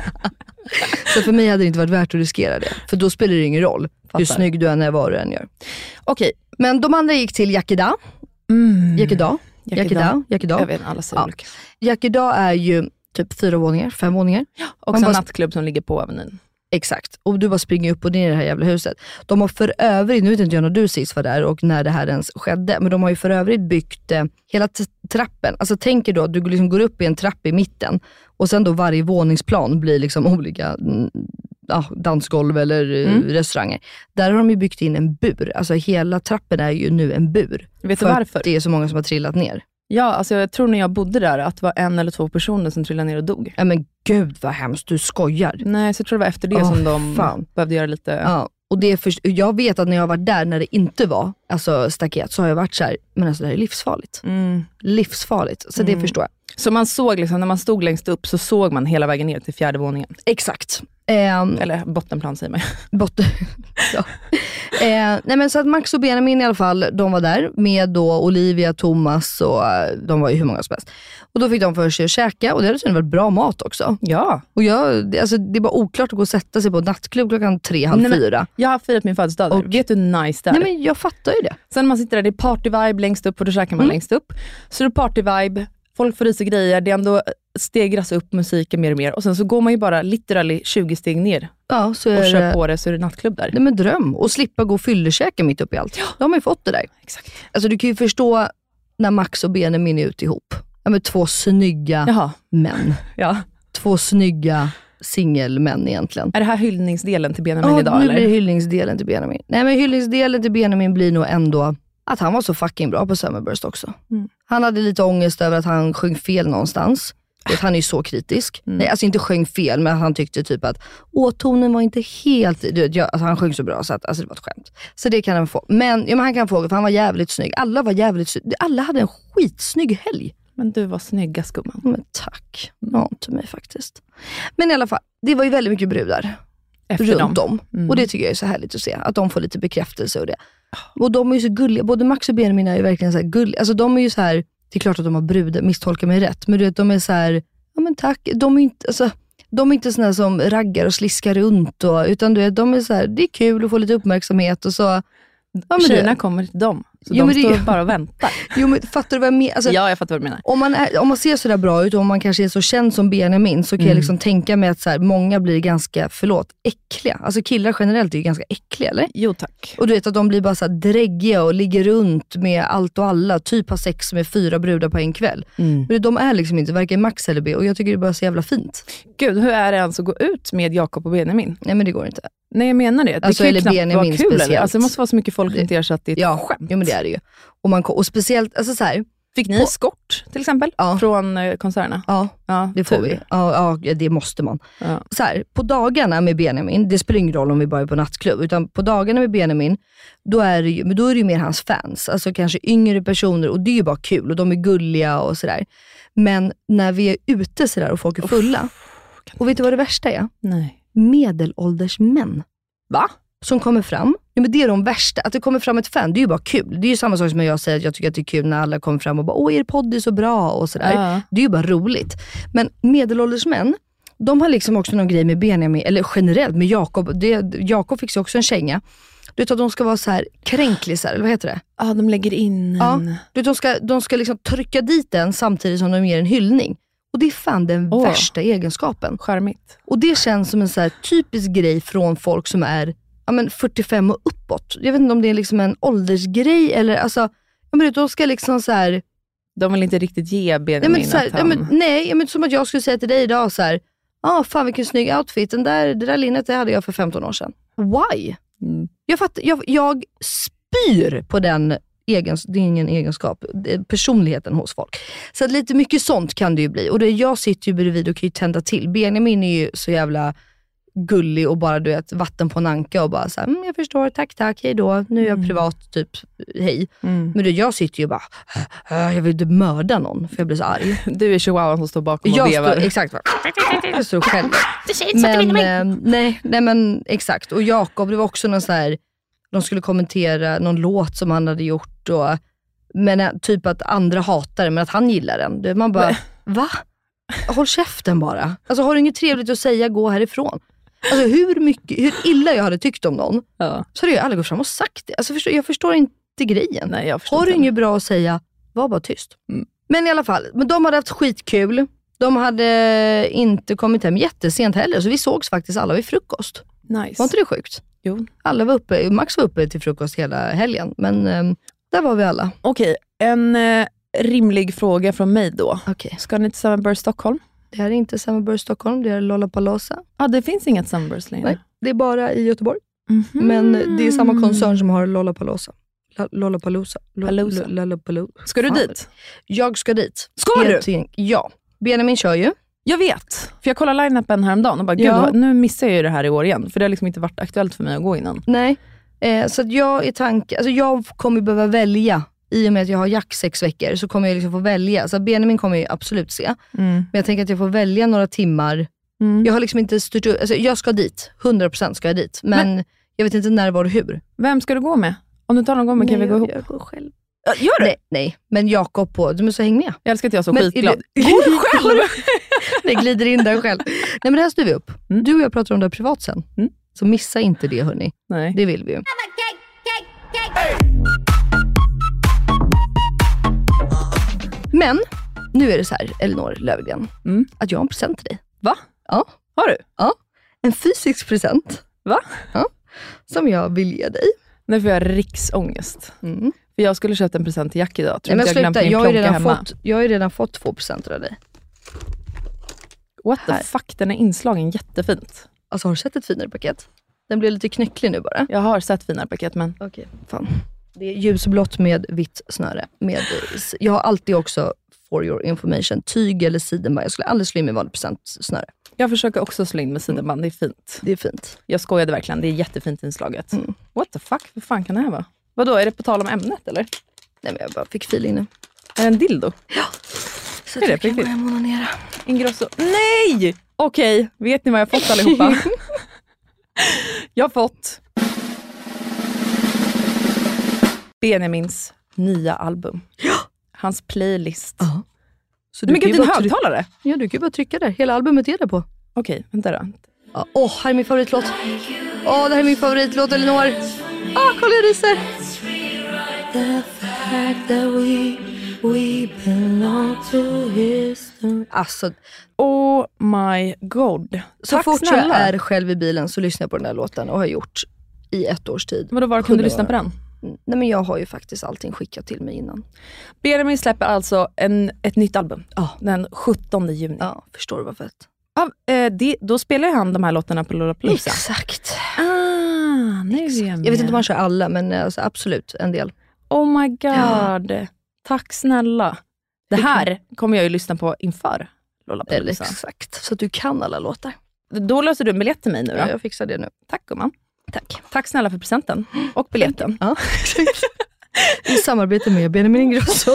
Så för mig hade det inte varit värt att riskera det. För då spelar det ingen roll hur snygg du än är, vad du än gör. Okej, men de andra gick till Yakida. Yakida.
Jag vet, alla säger olika.
Yakida är ju typ 4 våningar, 5 våningar.
Ja, och en nattklubb som ligger på Avenyn.
Exakt, och du bara springer upp och ner i det här jävla huset. De har för övrigt, nu vet inte jag när du sist var där och när det här ens skedde, men de har ju för övrigt byggt hela trappen. Alltså tänker då att du liksom går upp i en trapp i mitten och sen då varje våningsplan blir liksom olika dansgolv eller restauranger. Där har de ju byggt in en bur. Alltså hela trappen är ju nu en bur.
Vet du varför?
Det är så många som har trillat ner.
Ja, alltså jag tror när jag bodde där att det var 1 eller 2 personer som trillade ner och dog.
Ja men gud vad hemskt, du skojar.
Nej, så jag tror det var efter det som de behövde göra lite...
Ja, och jag vet att när jag var där när det inte var staket, så har jag varit så här, men alltså det här är livsfarligt. Livsfarligt, så det förstår jag.
Så man såg liksom, när man stod längst upp så såg man hela vägen ner till 4:e våningen.
Exakt.
Eller bottenplan säger man.
Ja. Nej men så att Max och Benjamin i alla fall, de var där med då Olivia, Thomas och de var ju hur många som helst. Och då fick de för sig att käka och det hade tydligen varit bra mat också.
Ja.
Och det är bara oklart att gå och sätta sig på nattklubb klockan 3:30.
Jag har firat min födelsedag där. Och vet du nice där?
Nej men jag fattar ju det.
Sen när man sitter där, det är party-vibe längst upp och då käkar man längst upp. Så det är party-vibe, folk får i sig grejer, det är ändå stegras upp musiken mer och mer. Och sen så går man ju bara literally 20 steg ner.
Ja, så
och kör på det, så är det nattklubb där.
Nej men dröm. Och slippa gå och fyllekäka mitt upp i allt. Ja. De har ju fått det där.
Exakt.
Alltså du kan ju förstå när Max och Benjamin är ute ihop. Ja, med 2 snygga män.
Ja.
2 snygga singelmän egentligen.
Är det här hyllningsdelen till Benjamin idag?
Ja, nu
eller?
blir hyllningsdelen till Benjamin. Nej men hyllningsdelen till Benjamin blir nog ändå att han var så fucking bra på Summerburst också. Han hade lite ångest över att han sjöng fel någonstans. Han är ju så kritisk. Nej, alltså inte sjöng fel, men han tyckte typ att tonen var inte helt... alltså han sjöng så bra så att det var ett skämt. Så det kan han få. Men han kan få, för han var jävligt snygg. Alla var jävligt snygg. Alla hade en skitsnygg helg.
Men du var snygga, skumman.
Men tack. Ja, till mig faktiskt. Men i alla fall, det var ju väldigt mycket brudar runt om. Och det tycker jag är så härligt att se. Att de får lite bekräftelse och det. Och de är ju så gulliga. Både Max och Benjamin är ju verkligen så här gulliga. Alltså de är ju så här... Det är klart att de har brudar, misstolkar mig rätt. Men du vet, de är så här, ja men tack. De är inte såna som raggar och sliskar runt. Utan du vet, de är så här, det är kul att få lite uppmärksamhet. Och så,
tjejerna kommer till dem. Så de står bara och väntar.
Jo, men fattar du vad jag menar? Alltså,
ja, jag fattar vad du menar.
Om man ser sådär bra ut och om man kanske är så känd som Benjamin, så kan jag liksom tänka mig att så här, många blir ganska, äckliga. Alltså killar generellt är ju ganska äckliga, eller?
Jo, tack.
Och du vet att de blir bara så här dräggiga och ligger runt med allt och alla. Typ har sex med 4 brudar på en kväll. Men de är liksom inte varken Max eller B. Och jag tycker det är bara så jävla fint.
Gud, hur är det ens att gå ut med Jakob och Benjamin?
Nej, men det går inte.
Nej, jag menar det.
Alltså,
det kan ju
eller
knappt
Benjamin
vara kul.
speciellt.
Eller? Alltså, det måste vara så mycket folk runt er så att det är ett skämt.
Ja, men det är det ju. Och speciellt, alltså så här.
Fick ni skort till exempel från koncernerna?
Ja, det får vi. Ja, det måste man. Ja. Så här, på dagarna med Benjamin, det spelar ingen roll om vi bara är på nattklubb, utan på dagarna med Benjamin, då är det ju mer hans fans. Alltså kanske yngre personer, och det är ju bara kul och de är gulliga och sådär. Men när vi är ute sådär och folk är fulla, och vet du vad det värsta är?
Nej.
Medelålders män.
Va?
Som kommer fram. Ja, men det är de värsta. Att det kommer fram ett fan, det är ju bara kul. Det är ju samma sak som jag säger att jag tycker att det är kul när alla kommer fram och bara, åh, er podd är så bra och sådär. Ja. Det är ju bara roligt. Men medelålders män, de har liksom också någon grej med Benjamin, eller generellt med Jakob. Jakob fick också en känga. Du vet att de ska vara så här kränklisar, eller vad heter det?
Ja, de lägger in en...
Ja, du vet, de ska liksom trycka dit den samtidigt som de ger en hyllning. Och det är fan den värsta egenskapen.
Charmigt.
Och det känns som en så här typisk grej från folk som är 45 och uppåt. Jag vet inte om det är liksom en åldersgrej eller alltså, de ska liksom så här.
De vill inte riktigt ge Benjamin
nej, men som att jag skulle säga till dig idag så här, fan vilken snygg outfit, det där linnet det hade jag för 15 år sedan. Why? Jag spyr på den det är ingen egenskap, personligheten hos folk. Så att lite mycket sånt kan det ju bli. Och jag sitter ju bredvid och kan ju tända till. Benjamin är ju så jävla gullig och bara, du vet, vatten på en anka och bara så här, jag förstår, tack, hej då. Nu är jag privat, typ, hej. Men jag sitter ju bara, jag vill mörda någon för jag blir så arg.
Du är chihuahuan som står bakom och vevar.
Exakt. Jag står själv. Nej, men exakt. Och Jakob, det var också någon så här, de skulle kommentera någon låt som han hade gjort men typ att andra hatar det, men att han gillar den. Man bara, va? Håll käften bara. Alltså har du inget trevligt att säga, gå härifrån. Alltså hur illa jag hade tyckt om någon, så hade jag aldrig gått fram och sagt det. Alltså jag förstår inte grejen.
Nej,
har du inget bra att säga, var bara tyst. Men i alla fall, de hade haft skitkul. De hade inte kommit hem jättesent heller, så vi sågs faktiskt alla vid frukost.
Nice.
Var inte det sjukt?
Jo.
Alla var uppe, Max var uppe till frukost hela helgen, men där var vi alla.
Okej, en rimlig fråga från mig då.
Okay.
Ska ni till Summerburst Stockholm?
Det här är inte Summerburst Stockholm, det är Lollapalooza.
Ja, det finns inget Summerburst längre.
Nej, det är bara i Göteborg. Men det är samma koncern som har Lollapalooza. Lollapalooza.
Ska du dit?
Jag ska dit.
Ska du?
Ja. Benjamin kör ju.
Jag vet, för jag kollade line-upen häromdagen och bara, gud, nu missar jag ju det här i år igen. För det har liksom inte varit aktuellt för mig att gå innan.
Nej, så att jag kommer behöva välja. I och med att jag har Jack 6 veckor så kommer jag liksom få välja. Så Benjamin kommer ju absolut se. Men jag tänker att jag får välja några timmar. Jag har liksom inte styrt upp, alltså jag ska dit. 100% ska jag dit. Men jag vet inte när, var och hur.
Vem ska du gå med? Om du inte har någon gång med kan vi gå ihop.
Jag går själv.
Gör du?
Nej, men Jakob du måste hänga med.
Jag älskar att jag är så skitglad.
Går du själv? Det glider in där själv. Nej, men det här styr vi upp. Du och jag pratar om det privat sen. Så missa inte det, hörni.
Nej.
Det vill vi ju. Men nu är det så här, Elinor Löfgren, att jag har en present till dig.
Va?
Ja.
Har du?
Ja. En fysisk present.
Va?
Ja. Som jag vill ge dig.
Nu får jag riksångest. För jag skulle köpt en present till Jack idag.
Nej, men sluta, jag har ju redan fått 2 presenter av dig.
What the fuck, den är inslagen jättefint.
Alltså har du sett ett finare paket? Den blir lite knycklig nu bara.
Jag har sett finare paket, men...
Okej, fan. Det är ljusblått med vitt snöre. Jag har alltid också, for your information, tyg eller sidenband. Jag skulle aldrig slå in med vanlig presentsnöre.
Jag försöker också slå in med sidenband, det är fint.
Det är fint.
Jag skojade verkligen, det är jättefint inslaget. What the fuck, vad fan kan det här vara? Vadå, är det på tal om ämnet eller?
Nej, men jag bara fick feeling nu.
Är det en dildo?
Ja. Så
är det
kan börja mononera.
Ingrosso. Nej! Okej, vet ni vad jag har fått allihopa? Jag har fått Benjamins nya album.
Ja!
Hans playlist.
Så
men gud, din högtalare?
Ja, du kan ju bara trycka där. Hela albumet är det på.
Okej, vänta då.
Här är min favoritlåt. Det här är min favoritlåt, Elinor. Kolla, jag ryser.
the fact that we belong to history.
Alltså,
Oh my god.
så
Tack
fort
snälla.
jag är själv i bilen så lyssnar jag på den här låten och har gjort i 1 års tid.
Vadå, var kunde du lyssna på den?
Nej, men jag har ju faktiskt allting skickat till mig innan.
Benjamin släpper alltså ett nytt album den 17 juni.
Ja, förstår du vad fett?
Ja, då spelar ju han de här låtarna på Lollapalooza.
Exakt.
Nu är
Jag vet inte om man kör alla, men alltså, absolut en del.
Oh my god. Ja. Tack snälla. Det här kommer jag ju lyssna på inför Lollapalooza.
Exakt, så att du kan alla låtar.
Då löser du en biljett till mig nu då?
Ja, jag fixar det nu.
Tack gumman.
Tack
snälla för presenten och biljetten.
Ja, exakt. I samarbete med Benjamin Ingrosso.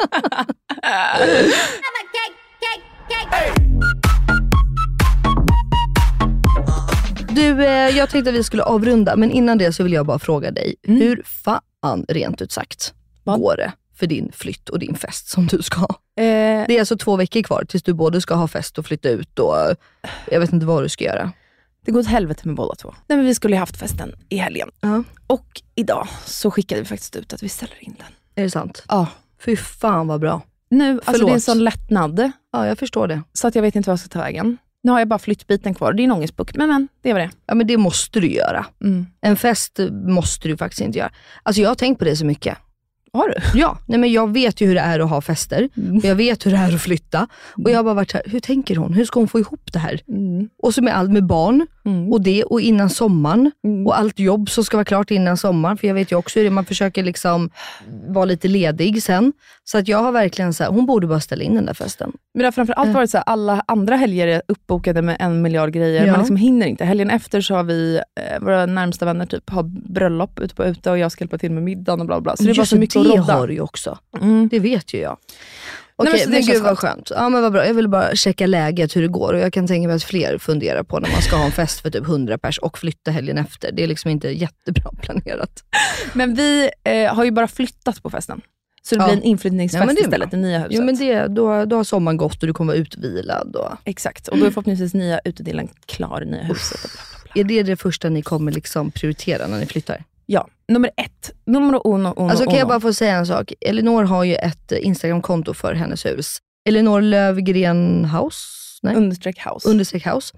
Du, jag tänkte att vi skulle avrunda, men innan det så vill jag bara fråga dig. Hur fan, rent ut sagt, går det för din flytt och din fest som du ska ha? Det är alltså 2 veckor kvar tills du både ska ha fest och flytta ut och jag vet inte vad du ska göra.
Det går åt helvete med båda två. Nej, men vi skulle ju haft festen i helgen. Och idag så skickade vi faktiskt ut att vi ställer in den.
Är det sant?
Ja.
Fy fan vad bra.
Nu, alltså det är en sån lättnad.
Ja, jag förstår det.
Så att jag vet inte vad jag ska ta vägen. Nu har jag bara flyttbiten kvar. Det är en ångestbuck, men det var det.
Ja, men det måste du göra. En fest måste du faktiskt inte göra. Alltså jag har tänkt på det så mycket.
Har du?
Ja, nej men jag vet ju hur det är att ha fester. Och jag vet hur det är att flytta. Och jag har bara varit så här, hur tänker hon? Hur ska hon få ihop det här? Och så med allt med barn. Och det, och innan sommaren. Och allt jobb som ska vara klart innan sommaren. För jag vet ju också hur det, man försöker liksom vara lite ledig sen. Så att jag har verkligen så här, hon borde bara ställa in den där festen.
Men det har framförallt varit så här, alla andra helger är uppbokade med 1 miljard grejer. Man liksom hinner inte. Helgen efter så har vi, våra närmsta vänner typ har bröllop ute på ute och jag ska hjälpa till med middagen och bla bla. Så det var så mycket att rodda.
Det har du ju också. Det vet ju jag. Okej, men gud vad skönt. Ja, men vad bra. Jag vill bara checka läget, hur det går. Och jag kan tänka mig att fler funderar på när man ska ha en fest för typ 100 pers och flytta helgen efter. Det är liksom inte jättebra planerat.
Men vi har ju bara flyttat på festen. Så det blir en inflyttningsfest istället i nya huset.
Ja, men då har sommaren gått och du kommer vara utvilad. Och...
Exakt, och då är förhoppningsvis nya utedelen klar i nya huset. Och bla, bla, bla.
Är det första ni kommer liksom prioritera när ni flyttar?
Ja, nummer 1. Nummer uno.
Alltså kan jag bara få säga en sak. Elinor har ju ett Instagram-konto för hennes hus. Elinor Lövgren House? Nej. Understreck house.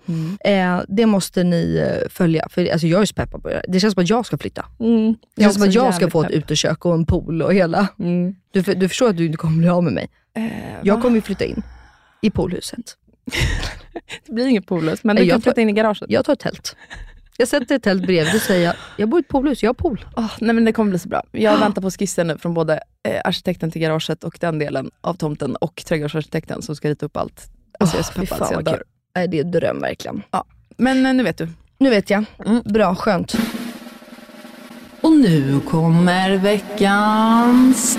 Det måste ni följa. För alltså, jag är så peppad på det. Det känns som att jag ska flytta. Det känns som att jag ska få ett utekök och en pool och hela. Du förstår att du inte kommer bli av med mig. Jag kommer ju flytta in i poolhuset.
Det blir inget poolhus, men du kan flytta in i garaget.
Jag tar ett tält. Jag sätter ett tält bredvid och säger jag bor i ett poolhus, jag har pool.
Nej, men det kommer bli så bra. Jag väntar på skissen nu från både arkitekten till garaget och den delen av tomten och trädgårdsarkitekten som ska rita upp allt. Alltså jag är så peppad så jag dör.
Nej, det är en dröm verkligen.
Ja. Men nu vet du.
Nu vet jag. Bra, skönt.
Och nu kommer veckans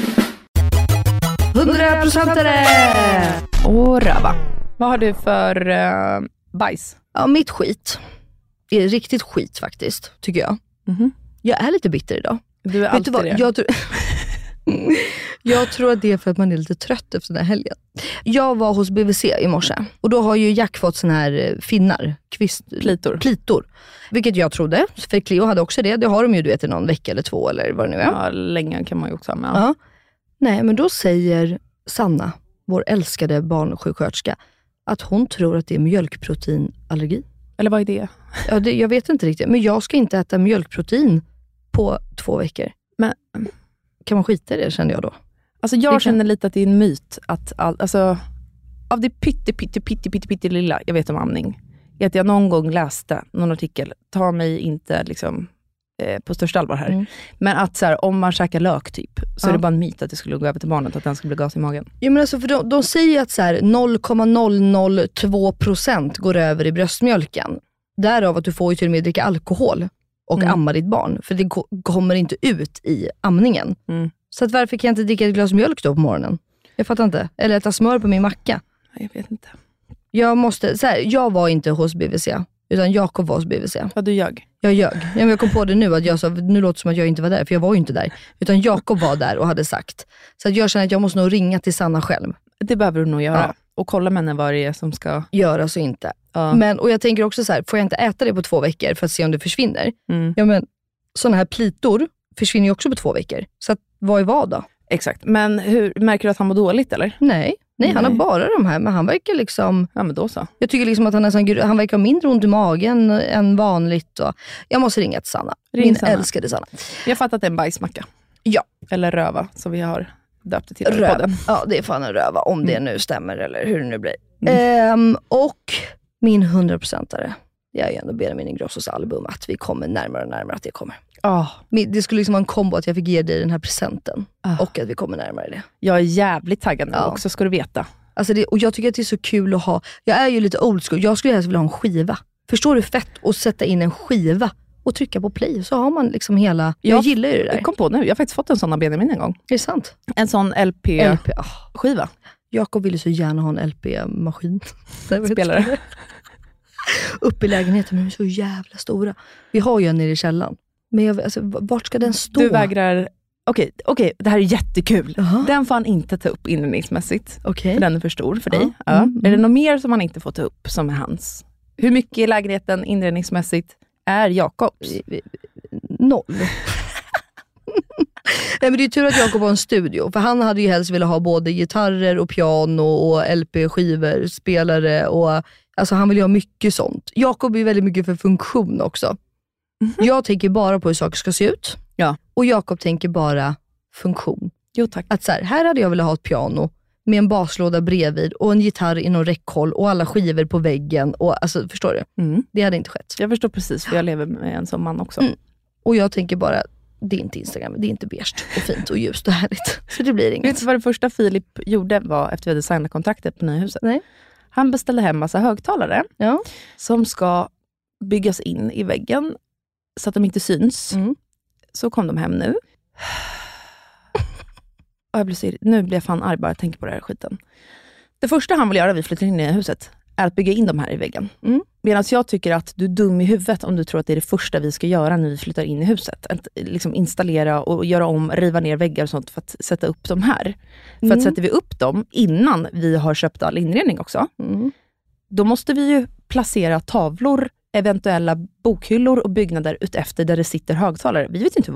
100%-are!
Och röva. Vad har du för bajs?
Ja, mitt skit är riktigt skit faktiskt, tycker jag. Jag är lite bitter idag.
Du är alltid det.
Jag tror att det är för att man är lite trött efter den här helgen. Jag var hos BVC i morse och då har ju Jack fått sån här finnar, plitor. Vilket jag trodde, för Cleo hade också det. Det har de ju, du vet, i någon vecka eller 2 eller vad det nu är.
Ja, länge kan man ju också ha med.
Ja. Nej, men då säger Sanna, vår älskade barnsjuksköterska, att hon tror att det är mjölkproteinallergi.
Eller vad är det?
Ja, jag vet inte riktigt. Men jag ska inte äta mjölkprotein på 2 veckor. Men kan man skita i det, känner jag då?
Alltså jag känner lite att det är en myt att alltså, av det pytte lilla jag vet om amning, är att jag någon gång läste någon artikel, ta mig inte liksom på största allvar här, men att så här, om man käkar lök typ, så är det bara en myt att det skulle gå över till barnet, att den skulle bli gas i magen. Ja, men alltså, för de säger att så här 0,002% går över i bröstmjölken. Därav att du får ju till och med dricka alkohol och amma ditt barn, för det kommer inte ut i amningen. Så att varför kan jag inte dricka ett glas mjölk då på morgonen? Jag fattar inte. Eller äta smör på min macka. Jag vet inte. Jag var inte hos BVC, utan Jakob var hos BVC. Ja, du ljög. Jag ljög. Ja, men jag kom på det nu, att jag sa, nu låter det som att jag inte var där, för jag var ju inte där. Utan Jakob var där och hade sagt. Så att jag känner att jag måste nog ringa till Sanna själv. Det behöver du nog göra. Ja. Och kolla med henne vad det är som ska göras och inte. Ja. Men, och jag tänker också så här, får jag inte äta det på 2 veckor för att se om det försvinner? Ja, men sådana här plitor
försvinner ju också på 2 veckor. Så att, vad är vad då?
Exakt. Men märker du att han mår dåligt eller?
Nej, han har bara de här. Men han verkar liksom...
Ja, men då så.
Jag tycker liksom att han verkar ha mindre ont i magen än vanligt. Och jag måste ringa till Sanna. Sanna. Älskade Sanna.
Jag har fattat att det är en bajsmacka.
Ja.
Eller röva, som vi har döpt till
podden. Ja, det är fan en röva. Om det nu stämmer eller hur det nu blir. Och min 100%are. Jag är ju ändå Benjamin Ingrossos album. Att vi kommer närmare och närmare att det kommer. Det skulle liksom vara en kombo att jag fick ge dig den här presenten. Och att vi kommer närmare det.
Jag är jävligt taggad nu också, ska du veta.
Alltså och jag tycker att det är så kul att ha. Jag är ju lite old school. Jag skulle helst vilja ha en skiva. Förstår du fett att sätta in en skiva och trycka på play, så har man liksom hela... Jag gillar ju det där.
Jag kom på nu, jag har faktiskt fått en sån av Benjamin en gång.
Är det sant?
En sån LP-skiva.
Jakob ville så gärna ha en LP-maskin.
Spelare.
Upp i lägenheten, men de är så jävla stora. Vi har ju en nere i källaren. Men vart ska den stå?
Du vägrar... Okej, det här är jättekul. Den får han inte ta upp inredningsmässigt. För den är för stor för dig. Är det något mer som han inte får ta upp som är hans? Hur mycket i lägenheten inredningsmässigt är Jakobs?
0. Nej, men det är tur att Jakob har en studio. För han hade ju helst velat ha både gitarrer och piano och LP-skivor, spelare och... Alltså han vill ju ha mycket sånt. Jakob är väldigt mycket för funktion också. Jag tänker bara på hur saker ska se ut.
Ja.
Och Jakob tänker bara funktion.
Jo tack.
Att så här hade jag velat ha ett piano med en baslåda bredvid och en gitarr inom räckhåll och alla skivor på väggen. Och, alltså, förstår du? Det hade inte skett.
Jag förstår precis, för jag lever med en sån man också.
Och jag tänker bara, det är inte Instagram, det är inte beige och fint och ljust och härligt. Så det blir inget.
Vet du vad det första Filip gjorde var efter vi hade signat kontraktet på nya huset?
Nej.
Han beställde hem massa högtalare som ska byggas in i väggen så att de inte syns. Så kom de hem nu. Och nu blir jag fan arg bara jag tänker på det här skiten. Det första han vill göra när vi flyttar in i huset är att bygga in de här i väggen. Medan jag tycker att du är dum i huvudet om du tror att det är det första vi ska göra när vi flyttar in i huset. Att liksom installera och göra om, riva ner väggar och sånt för att sätta upp dem här. För att sätter vi upp dem innan vi har köpt all inredning också, då måste vi ju placera tavlor, eventuella bokhyllor och byggnader utefter där det sitter högtalare. Vi vet inte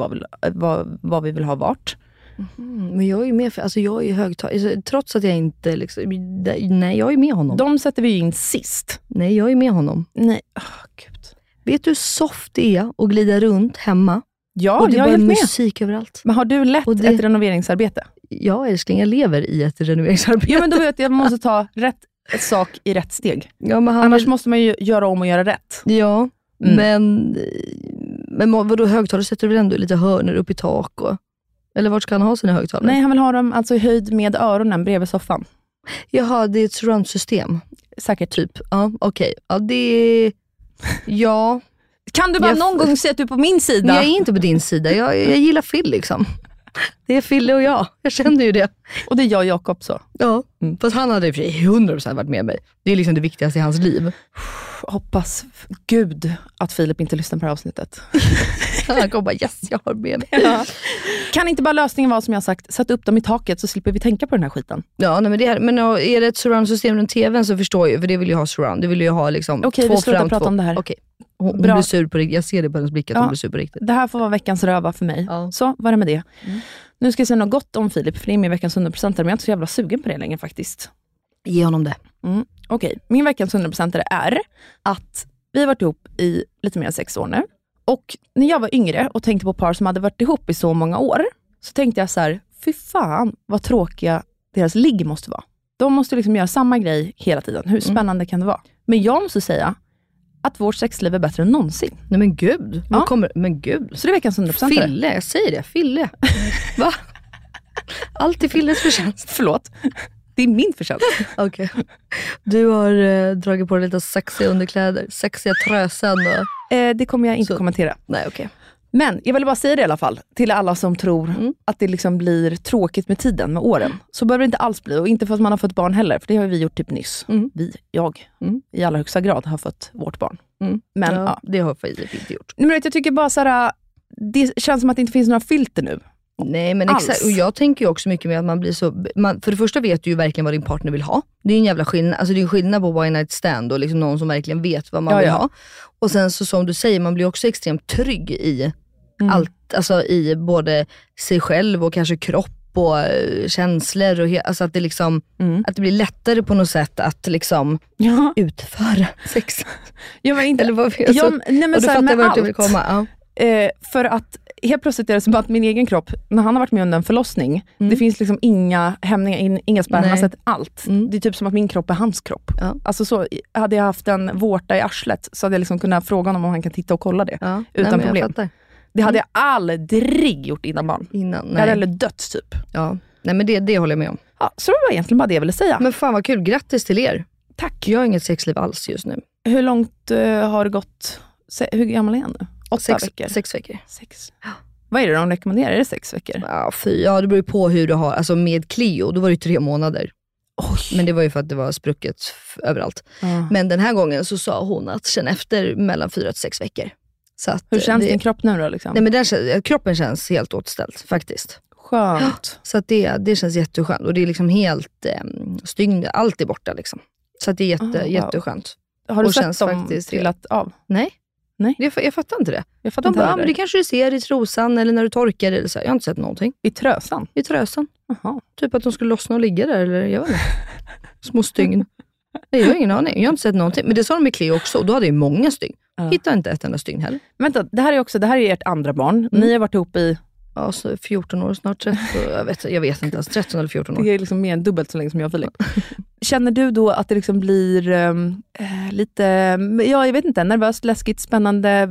vad vi vill ha vart.
Men jag är med, alltså jag är högtalare, trots att jag inte liksom, nej, jag är med honom.
De sätter vi ju in sist.
Nej, jag är med honom.
Nej, gud.
Vet du hur soft det är att glida runt hemma?
Ja,
och det
jag är
bara
med.
Musik överallt.
Men har du lett ett renoveringsarbete?
Ja, älskling, jag lever i ett renoveringsarbete.
Ja, men då vet jag måste ta rätt sak i rätt steg.
Ja, men
annars måste man ju göra om och göra rätt.
Ja, men vadå, högtalare sätter du väl ändå lite hörner upp i tak och... Eller vart ska han ha sina högtalare?
Nej, han vill ha dem alltså i höjd med öronen bredvid soffan.
Jaha, det är ett surround-system.
Säkert.
Typ. Ja, okej. Ja, det är... Ja.
Kan du bara någon gång säga att du är på min sida?
Men jag är inte på din sida. Jag gillar Phil liksom. Det är Fille och jag. Jag känner ju det.
Och det är jag och Jakob så.
Ja, fast han hade 100% varit med mig. Det är liksom det viktigaste i hans liv.
Hoppas Gud att Filip inte lyssnar på det här avsnittet.
Han kommer bara, yes, jag har med mig.
Ja. Kan inte bara lösningen vara som jag sagt, sätta upp dem i taket så slipper vi tänka på den här skiten.
Ja, nej, men är det ett surround-system runt tvn så förstår jag, för det vill ju ha surround. Det vill ju ha liksom
Okej, vi slutar prata om det här.
Okej. Hon blir sur på riktigt. Jag ser det på hennes blick att hon blir sur på riktigt.
Det här får vara veckans röva för mig. Ja. Så, vad är det med det? Nu ska jag säga något gott om Filip, för det är min veckans 100%, men jag är inte så jävla sugen på det längre faktiskt.
Ge honom det.
Okej, min veckans 100% är att vi har varit ihop i lite mer än 6 år nu. Och när jag var yngre och tänkte på par som hade varit ihop i så många år, så tänkte jag så här: fy fan vad tråkiga deras ligg måste vara. De måste liksom göra samma grej hela tiden. Hur spännande kan det vara? Men jag måste säga att vårt sexliv är bättre än någonsin.
Nej men gud.
Ja.
Men gud.
Så det är veckans 100%.
Fille, jag säger det. Fille. Va? Allt är Filles förtjänst.
Förlåt. Det är min förtjänst.
Okej. Du har dragit på dig lite sexiga underkläder. Sexiga trösen. Och...
det kommer jag inte kommentera.
Nej, okej.
Men jag vill bara säga det i alla fall. Till alla som tror att det liksom blir tråkigt med tiden, med åren. Så behöver det inte alls bli. Och inte för att man har fått barn heller. För det har vi gjort typ nyss. Jag i allra högsta grad har fått vårt barn. Men ja,
det har Filip inte gjort.
Men jag tycker bara såhär, det känns som att det inte finns några filter nu.
Nej, men exakt. Och jag tänker ju också mycket med att man blir så... för det första vet du ju verkligen vad din partner vill ha. Det är en jävla skillnad. Alltså det är en skillnad på one night stand och liksom någon som verkligen vet vad man vill ha. Och sen så som du säger, man blir också extremt trygg i allt, alltså i både sig själv och kanske kropp och känslor och alltså att det liksom att det blir lättare på något sätt att liksom utföra sex.
Ja, men inte,
eller vad vi alltså,
nej, men
och du
så
fattar vart jag vill
allt.
komma.
För att helt plötsligt är det som att min egen kropp, när han har varit med under en förlossning, det finns liksom inga hämningar, inga spärrar, han har sett allt. Det är typ som att min kropp är hans kropp. Alltså så, hade jag haft en vårta i arslet så hade jag liksom kunnat fråga honom om han kan titta och kolla det utan problem. Det hade jag aldrig gjort innan barn. Jag hade aldrig dött typ.
Ja, nej men det håller jag med om.
Ja, så det var egentligen bara det jag ville säga.
Men fan vad kul, grattis till er.
Tack.
Jag har inget sexliv alls just nu.
Hur långt har det gått? Hur gammal är han nu? 8 veckor?
6 veckor.
6. Vad är det de rekommenderar? Är det 6 veckor?
Ja, det beror ju på hur du har. Alltså med Cleo, då var det 3 månader.
Oj.
Men det var ju för att det var sprucket överallt. Men den här gången så sa hon att känn efter mellan 4 till 6 veckor. Så att,
hur känns din kropp nu då? Liksom?
Nej, men kroppen känns helt återställd faktiskt.
Skönt.
Så att det känns jätteskönt. Och det är liksom helt stygn, allt är borta liksom. Så att det är jätteskönt.
Har du
och
sett dem trillat av?
Nej. Jag fattar inte det. De bara, men det kanske du ser i trosan eller när du torkar eller så. Jag har inte sett någonting.
I trösan?
I trösan. Typ att de skulle lossna och ligga där eller jag vet inte. Små stygn. Nej, jag har ingen aning. Jag har inte sett någonting. Men det sa de med Cleo också. Och då hade jag många stygn. Hittar inte ett enda stygn heller.
Vänta, det här är ert andra barn. Ni har varit ihop i...
Ja, så 14 år snart. 13, jag vet inte ens. 13 eller 14 år.
Det är liksom mer än dubbelt så länge som jag och Filip. Känner du då att det liksom blir lite, jag vet inte, nervöst, läskigt, spännande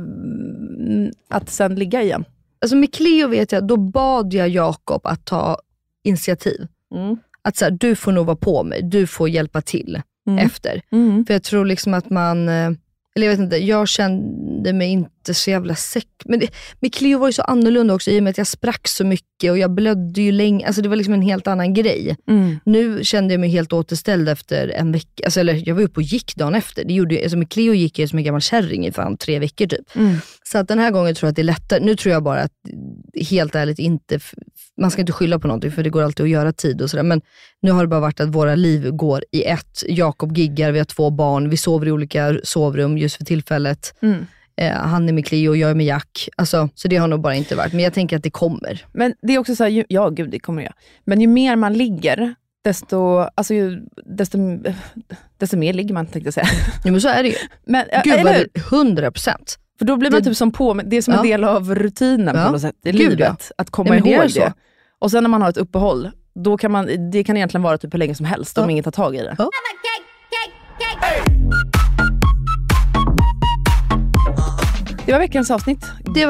att sen ligga igen?
Alltså med Cleo vet jag, då bad jag Jakob att ta initiativ. Att så här, du får nog vara på mig. Du får hjälpa till efter. För jag tror liksom att man... Eller jag vet inte, jag kände mig inte så jävla säker. Men med Cleo var ju så annorlunda också i och med att jag sprack så mycket och jag blödde ju länge. Alltså det var liksom en helt annan grej. Nu kände jag mig helt återställd efter en vecka. Alltså, eller jag var uppe och gick dagen efter. Det gjorde, alltså med Cleo gick jag som en gammal kärring i fan 3 veckor typ. Så att den här gången tror jag att det är lättare. Nu tror jag bara att helt ärligt inte... Man ska inte skylla på någonting för det går alltid att göra tid och sådär. Men nu har det bara varit att våra liv går i ett. Jakob giggar, vi har 2 barn. Vi sover i olika sovrum just för tillfället. Han är med Cleo och jag är med Jack. Alltså, så det har nog bara inte varit. Men jag tänker att det kommer.
Men det är också så här, ja gud det kommer jag. Men ju mer man ligger, desto mer ligger man, tänkte jag säga.
Ja, men så är det ju.
Men,
gud, 100%.
För då blir man typ som på, det är som en del av rutinen på något sätt i livet. Att komma ihåg det. Och sen när man har ett uppehåll, då kan det kan egentligen vara typ hur länge som helst om ingen tar tag i det. Det var veckans avsnitt.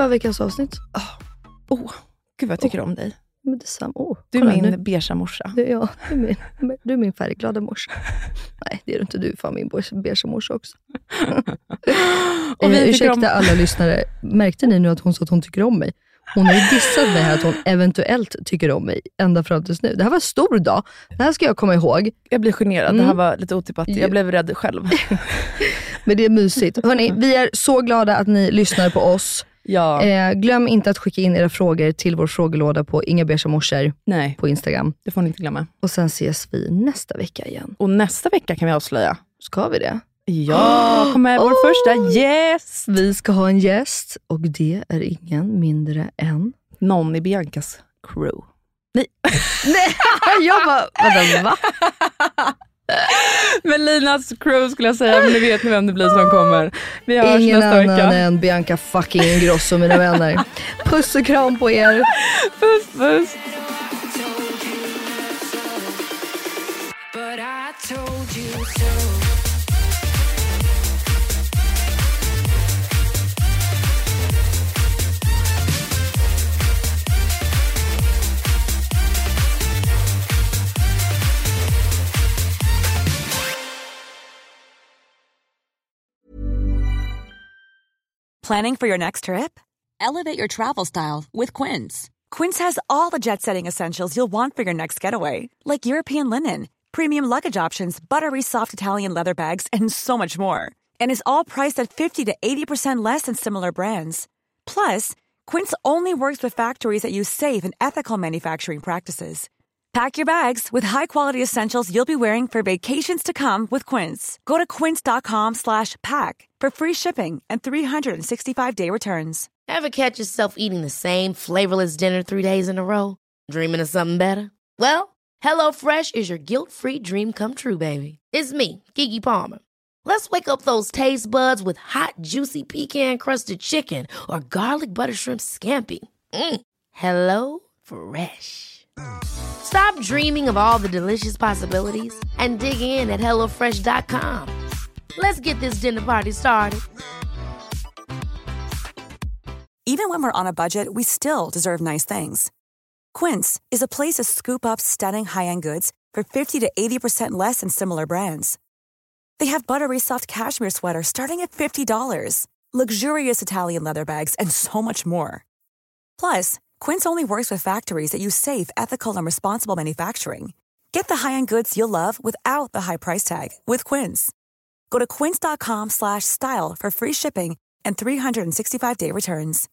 Gud vad jag tycker om dig.
Men detsamma.
Du är min beiga morsa.
Ja, du är min färgglada morsa. Nej, det är inte du. Fan min beiga morsa också. Och ursäkta alla lyssnare. Märkte ni nu att hon sa att hon tycker om mig? Hon har ju dissat mig här att hon eventuellt tycker om mig ända fram tills nu. Det här var en stor dag. Det här ska jag komma ihåg.
Jag blir generad. Det här var lite otippat. Jag blev rädd själv.
Men det är mysigt. Hörrni, vi är så glada att ni lyssnar på oss.
Ja.
Glöm inte att skicka in era frågor till vår frågelåda på Inga Beiga morsor på Instagram.
Det får ni inte glömma.
Och sen ses vi nästa vecka igen.
Och nästa vecka kan vi avslöja.
Ska vi det?
Ja, kommer vår första gäst.
Vi ska ha en gäst och det är ingen mindre än
någon i Biancas crew. Nej.
Nej, jag bara, va?
Men Linas crew skulle jag säga, men nu vet ni vem det blir som kommer. Vi hörs
ingen
nästa vecka.
Ingen annan än Bianca fucking Ingrosso, mina vänner. Puss och kram på er.
Puss, puss.
Planning for your next trip? Elevate your travel style with Quince. Quince has all the jet-setting essentials you'll want for your next getaway, like European linen, premium luggage options, buttery soft Italian leather bags, and so much more. And is all priced at 50 to 80% less than similar brands. Plus, Quince only works with factories that use safe and ethical manufacturing practices. Pack your bags with high-quality essentials you'll be wearing for vacations to come with Quince. Go to quince.com/pack for free shipping and 365-day returns.
Ever catch yourself eating the same flavorless dinner 3 days in a row? Dreaming of something better? Well, HelloFresh is your guilt-free dream come true, baby. It's me, Keke Palmer. Let's wake up those taste buds with hot, juicy pecan-crusted chicken or garlic butter shrimp scampi. Hello Fresh. Stop dreaming of all the delicious possibilities and dig in at HelloFresh.com. Let's get this dinner party started.
Even when we're on a budget, we still deserve nice things. Quince is a place to scoop up stunning high-end goods for 50 to 80% less than similar brands. They have buttery soft cashmere sweaters starting at $50, luxurious Italian leather bags, and so much more. Plus, Quince only works with factories that use safe, ethical, and responsible manufacturing. Get the high-end goods you'll love without the high price tag with Quince. Go to quince.com/style for free shipping and 365-day returns.